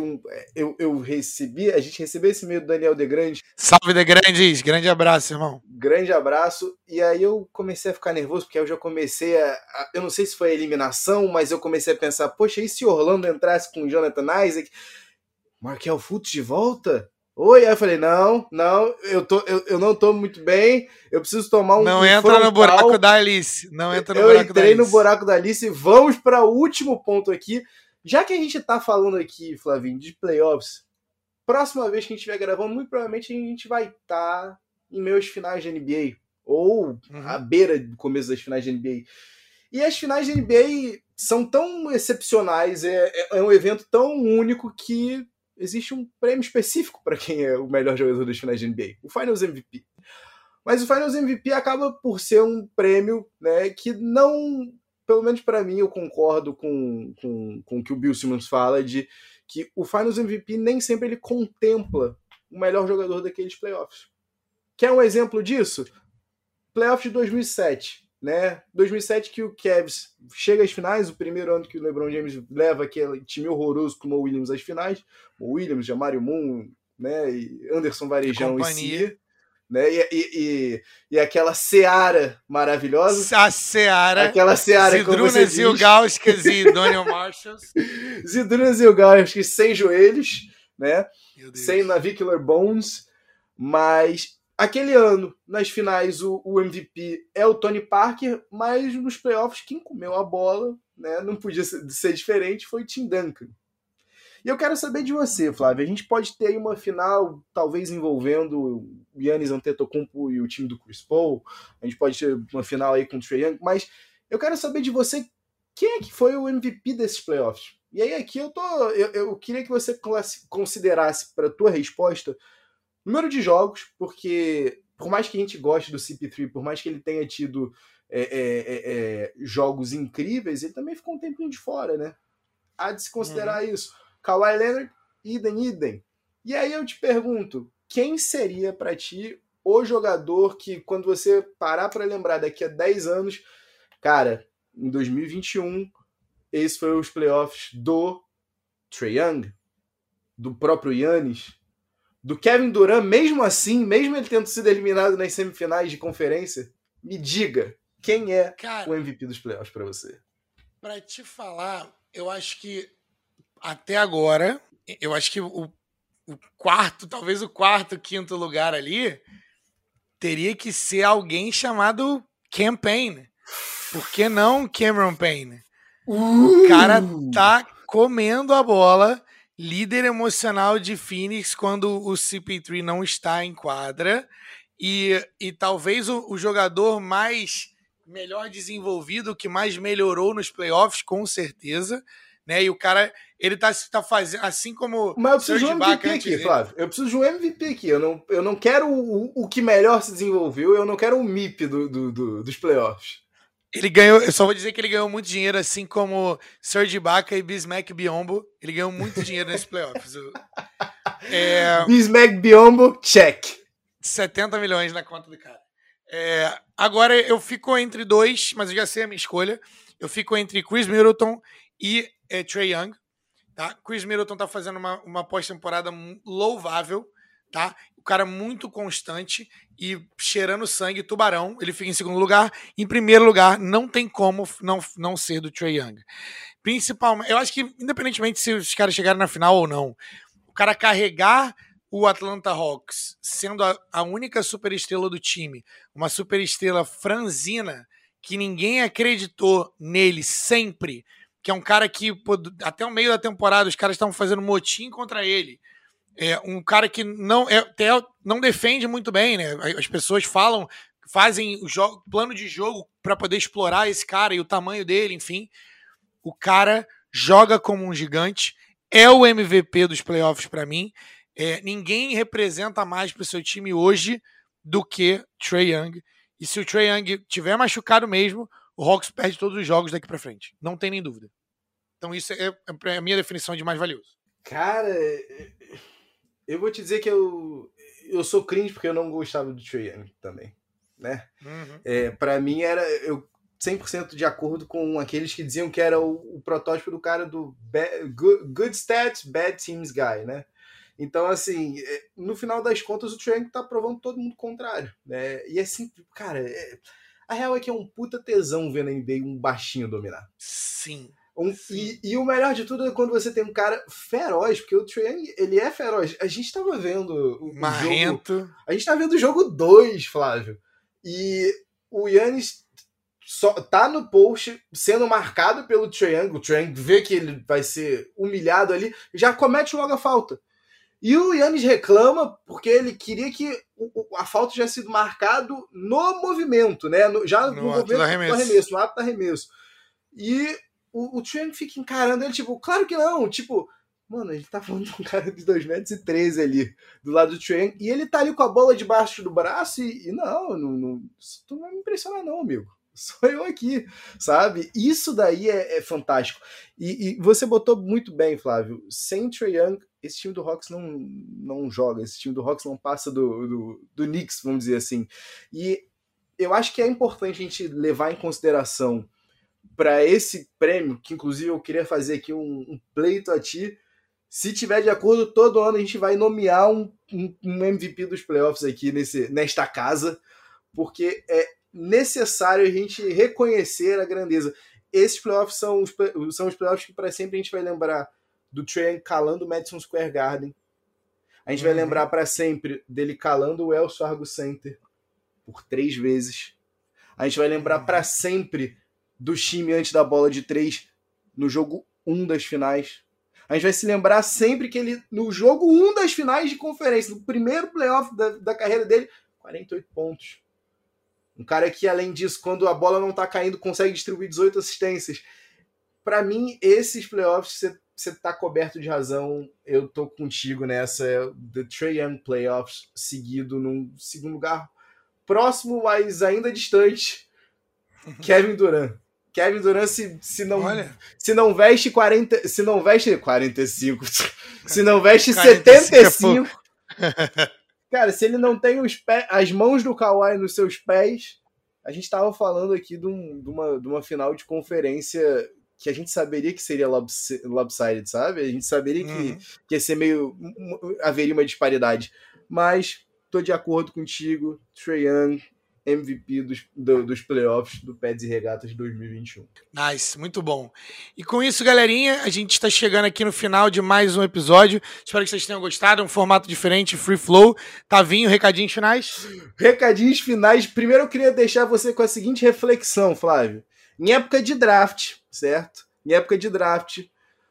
a gente recebeu esse e-mail do Daniel De Grande. Salve De Grandes, grande abraço, irmão. Grande abraço, e aí eu comecei a ficar nervoso, porque eu já comecei eu não sei se foi a eliminação, mas eu comecei a pensar, poxa, e se Orlando entrasse com o Jonathan Isaac? Markelle Fultz de volta? Oi, aí eu falei, não, eu não tô muito bem, eu preciso tomar Não entra no buraco da Alice, Eu entrei no buraco da Alice, vamos para o último ponto aqui. Já que a gente tá falando aqui, Flavinho, de playoffs, próxima vez que a gente estiver gravando, muito provavelmente a gente vai estar em meio às finais de NBA, ou à beira do começo das finais de NBA. E as finais de NBA são tão excepcionais, é um evento tão único que existe um prêmio específico para quem é o melhor jogador das finais de NBA, o Finals MVP. Mas o Finals MVP acaba por ser um prêmio, né, que não, pelo menos para mim, eu concordo com o que o Bill Simmons fala, de que o Finals MVP nem sempre ele contempla o melhor jogador daqueles playoffs. Quer um exemplo disso? Playoffs de 2007. Né? 2007 que o Cavs chega às finais, o primeiro ano que o LeBron James leva aquele time horroroso com o Mo Williams às finais, o Williams, Jamario Moon, né? E Anderson Varejão e si, né? E aquela seara maravilhosa. A seara. Aquela seara, como você diz. Zilgauskas e Doniel Marshall. Zidrunas e Zilgauskas sem joelhos, né? Sem navicular bones, mas aquele ano, nas finais, o MVP é o Tony Parker, mas nos playoffs, quem comeu a bola, né, não podia ser diferente, foi o Tim Duncan. E eu quero saber de você, Flávio. A gente pode ter aí uma final, talvez envolvendo o Giannis Antetokounmpo e o time do Chris Paul. A gente pode ter uma final aí com o Trae Young, mas eu quero saber de você quem é que foi o MVP desses playoffs. E aí aqui eu queria que você considerasse para a tua resposta número de jogos, porque por mais que a gente goste do CP3, por mais que ele tenha tido jogos incríveis, ele também ficou um tempinho de fora, né? Há de se considerar isso. Kawhi Leonard, idem. E aí eu te pergunto, quem seria para ti o jogador que, quando você parar para lembrar daqui a 10 anos, cara, em 2021, esse foi os playoffs do Trae Young, do próprio Giannis, do Kevin Durant, mesmo assim, mesmo ele tendo sido eliminado nas semifinais de conferência, me diga, quem é o MVP dos playoffs para você? Para te falar, eu acho que até agora, eu acho que o quarto, quinto lugar ali, teria que ser alguém chamado Cam Payne. Por que não Cameron Payne? O cara tá comendo a bola, líder emocional de Phoenix quando o CP3 não está em quadra, e talvez o jogador melhor desenvolvido, que mais melhorou nos playoffs, com certeza, né? E o cara, ele tá fazendo, assim como... Mas eu preciso de um MVP aqui, Flávio. Eu preciso de um MVP aqui. Eu não quero o que melhor se desenvolveu, eu não quero o MIP dos playoffs. Ele ganhou, eu só vou dizer que ele ganhou muito dinheiro, assim como Serge Ibaka e Bismack Biyombo. Ele ganhou muito dinheiro nesses playoffs. Bismack Biyombo, check. 70 milhões na conta do cara. Agora eu fico entre dois, mas eu já sei a minha escolha. Eu fico entre Chris Middleton e Trae Young. Tá? Chris Middleton tá fazendo uma pós-temporada louvável. Tá? O cara muito constante e cheirando sangue, tubarão. Ele fica em segundo lugar. Em primeiro lugar, não tem como não ser do Trae Young. Principalmente, eu acho que independentemente se os caras chegarem na final ou não, o cara carregar o Atlanta Hawks, sendo a única superestrela do time, uma superestrela franzina, que ninguém acreditou nele sempre, que é um cara que até o meio da temporada os caras estavam fazendo motim contra ele. Um cara que não defende muito bem, né? As pessoas fazem plano de jogo para poder explorar esse cara e o tamanho dele, enfim. O cara joga como um gigante, é o MVP dos playoffs para mim. Ninguém representa mais para o seu time hoje do que Trae Young. E se o Trae Young tiver machucado mesmo, o Hawks perde todos os jogos daqui para frente. Não tem nem dúvida. Então isso é a minha definição de mais valioso. Cara, eu vou te dizer que eu sou cringe porque eu não gostava do Trae Young também, né? Uhum. Pra mim eu 100% de acordo com aqueles que diziam que era o protótipo do cara do good stats, bad teams guy, né? Então, assim, no final das contas, o Trae Young tá provando todo mundo contrário, né? E assim, cara, a real é que é um puta tesão ver na NBA um baixinho dominar. Sim. E o melhor de tudo é quando você tem um cara feroz, porque o Trae Young, ele é feroz. A gente tava vendo o jogo... A gente tava vendo o jogo 2, Flávio. E o Giannis tá no post sendo marcado pelo Trae Young. O Trae Young vê que ele vai ser humilhado ali, já comete logo a falta. E o Giannis reclama porque ele queria que a falta tivesse sido marcado no movimento, né? Já no movimento do arremesso, no ato do arremesso. E o Trae Young fica encarando ele, tipo, claro que não, tipo, mano, ele tá falando de um cara de 2,13 m ali, do lado do Trae Young, e ele tá ali com a bola debaixo do braço e não, tu não vai me impressionar não, amigo. Sou eu aqui, sabe? Isso daí é fantástico. E você botou muito bem, Flávio. Sem Trae Young, esse time do Hawks não joga. Esse time do Hawks não passa do Knicks, vamos dizer assim. E eu acho que é importante a gente levar em consideração para esse prêmio, que inclusive eu queria fazer aqui um pleito a ti. Se tiver de acordo, todo ano a gente vai nomear um MVP dos playoffs aqui nesta casa, porque é necessário a gente reconhecer a grandeza. Esses playoffs são os playoffs que para sempre a gente vai lembrar do Trae Young calando o Madison Square Garden. A gente vai lembrar para sempre dele calando o Wells Fargo Center por 3 vezes. A gente vai lembrar para sempre do time antes da bola de 3 no jogo 1 das finais. A gente vai se lembrar sempre que ele, no jogo 1 das finais de conferência, no primeiro playoff da carreira dele, 48 pontos. Um cara que, além disso, quando a bola não tá caindo, consegue distribuir 18 assistências. Para mim, esses playoffs, você tá coberto de razão. Eu tô contigo nessa. The Trae Young Playoffs, seguido num segundo lugar próximo, mas ainda distante. Kevin Durant. Kevin Durant, se não veste 40, se não veste 45, se não veste 75, cara, se ele não tem as mãos do Kawhi nos seus pés, a gente tava falando aqui de uma final de conferência que a gente saberia que seria lopsided, sabe? A gente saberia que ia ser haveria uma disparidade. Mas tô de acordo contigo, Trae Young, MVP dos playoffs do Peds e Regatas 2021. Nice, muito bom. E com isso, galerinha, a gente está chegando aqui no final de mais um episódio. Espero que vocês tenham gostado. Um formato diferente, free flow. Tavinho, recadinhos finais? Recadinhos finais. Primeiro eu queria deixar você com a seguinte reflexão, Flávio. Em época de draft, certo? Em época de draft,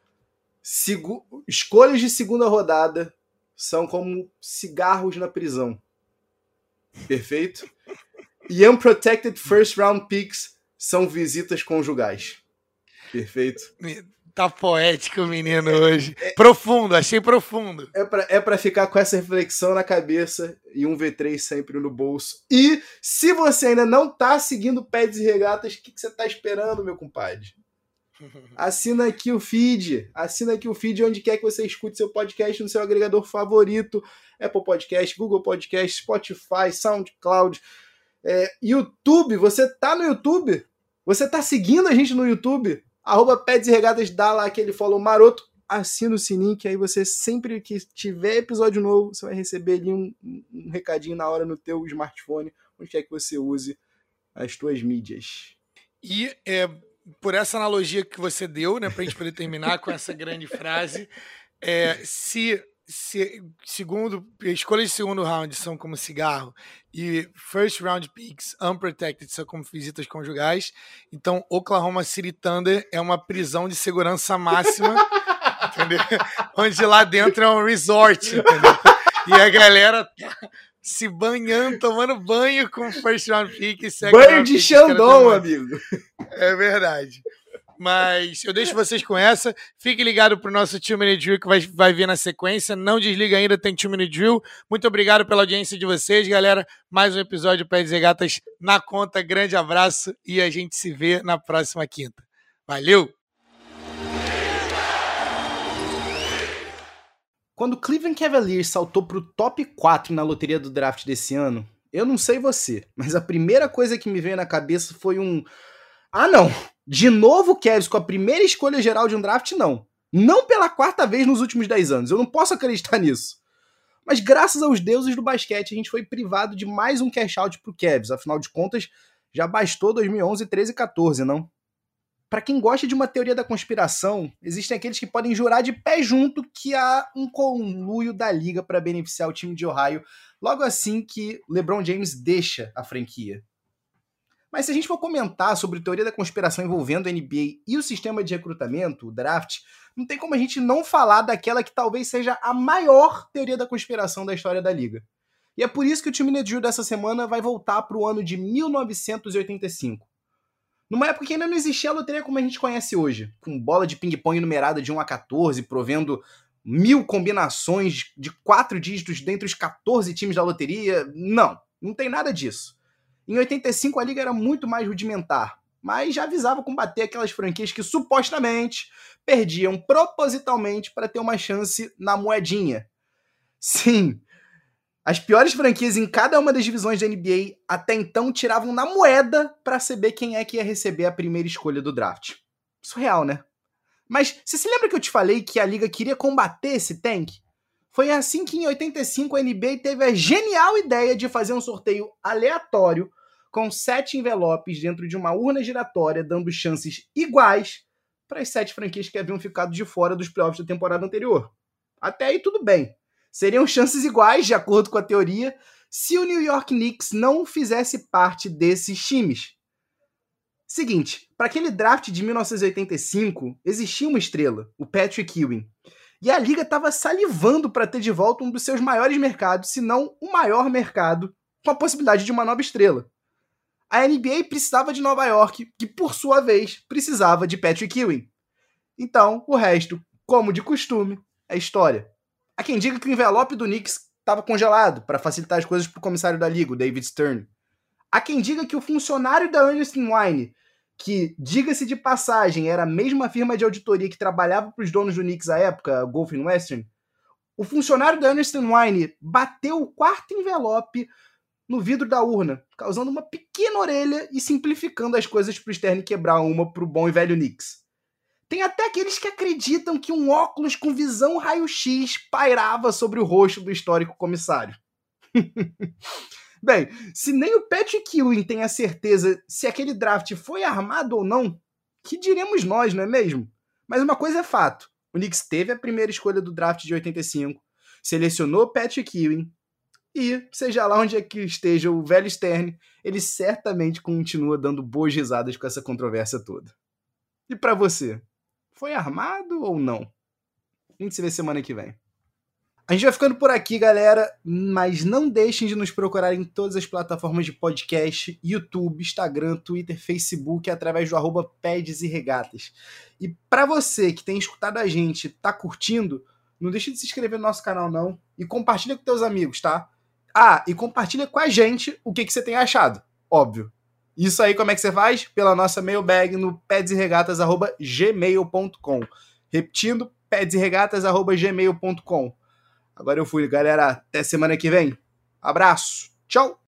escolhas de segunda rodada são como cigarros na prisão. Perfeito? E unprotected first round picks são visitas conjugais. Perfeito? Tá poético o menino hoje. Profundo, achei profundo. É pra ficar com essa reflexão na cabeça e um V3 sempre no bolso. E se você ainda não tá seguindo Peds e Regatas, o que você tá esperando, meu compadre? Assina aqui o feed onde quer que você escute seu podcast no seu agregador favorito. Apple Podcast, Google Podcast, Spotify, SoundCloud, YouTube. Você tá no YouTube? Você tá seguindo a gente no YouTube? @Peds e Regatas, dá lá aquele follow maroto, assina o sininho, que aí você sempre que tiver episódio novo, você vai receber ali um recadinho na hora no teu smartphone, onde quer que você use as tuas mídias. E por essa analogia que você deu, né, pra gente poder terminar com essa grande frase, se escolhas de segundo round são como cigarro e first round picks unprotected são como visitas conjugais, então Oklahoma City Thunder é uma prisão de segurança máxima, entendeu? Onde lá dentro é um resort, entendeu? E a galera tá se banhando, tomando banho com first round pick. Banho de Xandão, amigo. É verdade. Mas eu deixo vocês com essa. Fique ligado pro nosso 2-Minute Drill que vai vir na sequência. Não desliga ainda, tem 2-Minute Drill. Muito obrigado pela audiência de vocês, galera. Mais um episódio de Peds e Regatas na conta. Grande abraço e a gente se vê na próxima quinta. Valeu! Quando o Cleveland Cavaliers saltou pro top 4 na loteria do draft desse ano, eu não sei você, mas a primeira coisa que me veio na cabeça foi não! De novo o Cavs com a primeira escolha geral de um draft, não. Não pela quarta vez nos últimos 10 anos. Eu não posso acreditar nisso. Mas graças aos deuses do basquete, a gente foi privado de mais um cash out pro Cavs. Afinal de contas, já bastou 2011, 13 e 14, não? Para quem gosta de uma teoria da conspiração, existem aqueles que podem jurar de pé junto que há um conluio da liga para beneficiar o time de Ohio logo assim que LeBron James deixa a franquia. Mas se a gente for comentar sobre teoria da conspiração envolvendo a NBA e o sistema de recrutamento, o draft, não tem como a gente não falar daquela que talvez seja a maior teoria da conspiração da história da liga. E é por isso que o time Drill dessa semana vai voltar para o ano de 1985. Numa época que ainda não existia a loteria como a gente conhece hoje, com bola de ping-pong numerada de 1 a 14, provendo 1000 combinações de 4 dígitos dentre os 14 times da loteria. Não tem nada disso. Em 85 a liga era muito mais rudimentar, mas já avisava combater aquelas franquias que supostamente perdiam propositalmente para ter uma chance na moedinha. Sim, as piores franquias em cada uma das divisões da NBA até então tiravam na moeda para saber quem é que ia receber a primeira escolha do draft. Surreal, né? Mas você se lembra que eu te falei que a liga queria combater esse tank? Foi assim que em 85 a NBA teve a genial ideia de fazer um sorteio aleatório com 7 envelopes dentro de uma urna giratória, dando chances iguais para as 7 franquias que haviam ficado de fora dos playoffs da temporada anterior. Até aí tudo bem. Seriam chances iguais, de acordo com a teoria, se o New York Knicks não fizesse parte desses times. Seguinte, para aquele draft de 1985, existia uma estrela, o Patrick Ewing. E a liga estava salivando para ter de volta um dos seus maiores mercados, se não o maior mercado, com a possibilidade de uma nova estrela. A NBA precisava de Nova York, que por sua vez precisava de Patrick Ewing. Então, o resto, como de costume, é história. Há quem diga que o envelope do Knicks estava congelado para facilitar as coisas para o comissário da liga, o David Stern. Há quem diga que o funcionário da Ernst & Wine, que, diga-se de passagem, era a mesma firma de auditoria que trabalhava para os donos do Knicks à época, a Gulf and Western, o funcionário da Ernst & Wine bateu o quarto envelope no vidro da urna, causando uma pequena orelha e simplificando as coisas para o Stern quebrar uma para o bom e velho Knicks. Tem até aqueles que acreditam que um óculos com visão raio-x pairava sobre o rosto do histórico comissário. Bem, se nem o Patrick Ewing tem a certeza se aquele draft foi armado ou não, que diremos nós, não é mesmo? Mas uma coisa é fato, o Knicks teve a primeira escolha do draft de 85, selecionou Patrick Ewing, e, seja lá onde é que esteja o velho Stern, ele certamente continua dando boas risadas com essa controvérsia toda. E pra você, foi armado ou não? A gente se vê semana que vem. A gente vai ficando por aqui, galera, mas não deixem de nos procurar em todas as plataformas de podcast, YouTube, Instagram, Twitter, Facebook, através do @Pads e Regatas. E para você que tem escutado a gente, tá curtindo, não deixe de se inscrever no nosso canal não e compartilha com teus amigos, tá? Ah, e compartilha com a gente o que você tem achado, óbvio. Isso aí como é que você faz? Pela nossa mailbag no padsregatas@gmail.com. Repetindo, padsregatas@gmail.com. Agora eu fui, galera. Até semana que vem. Abraço. Tchau.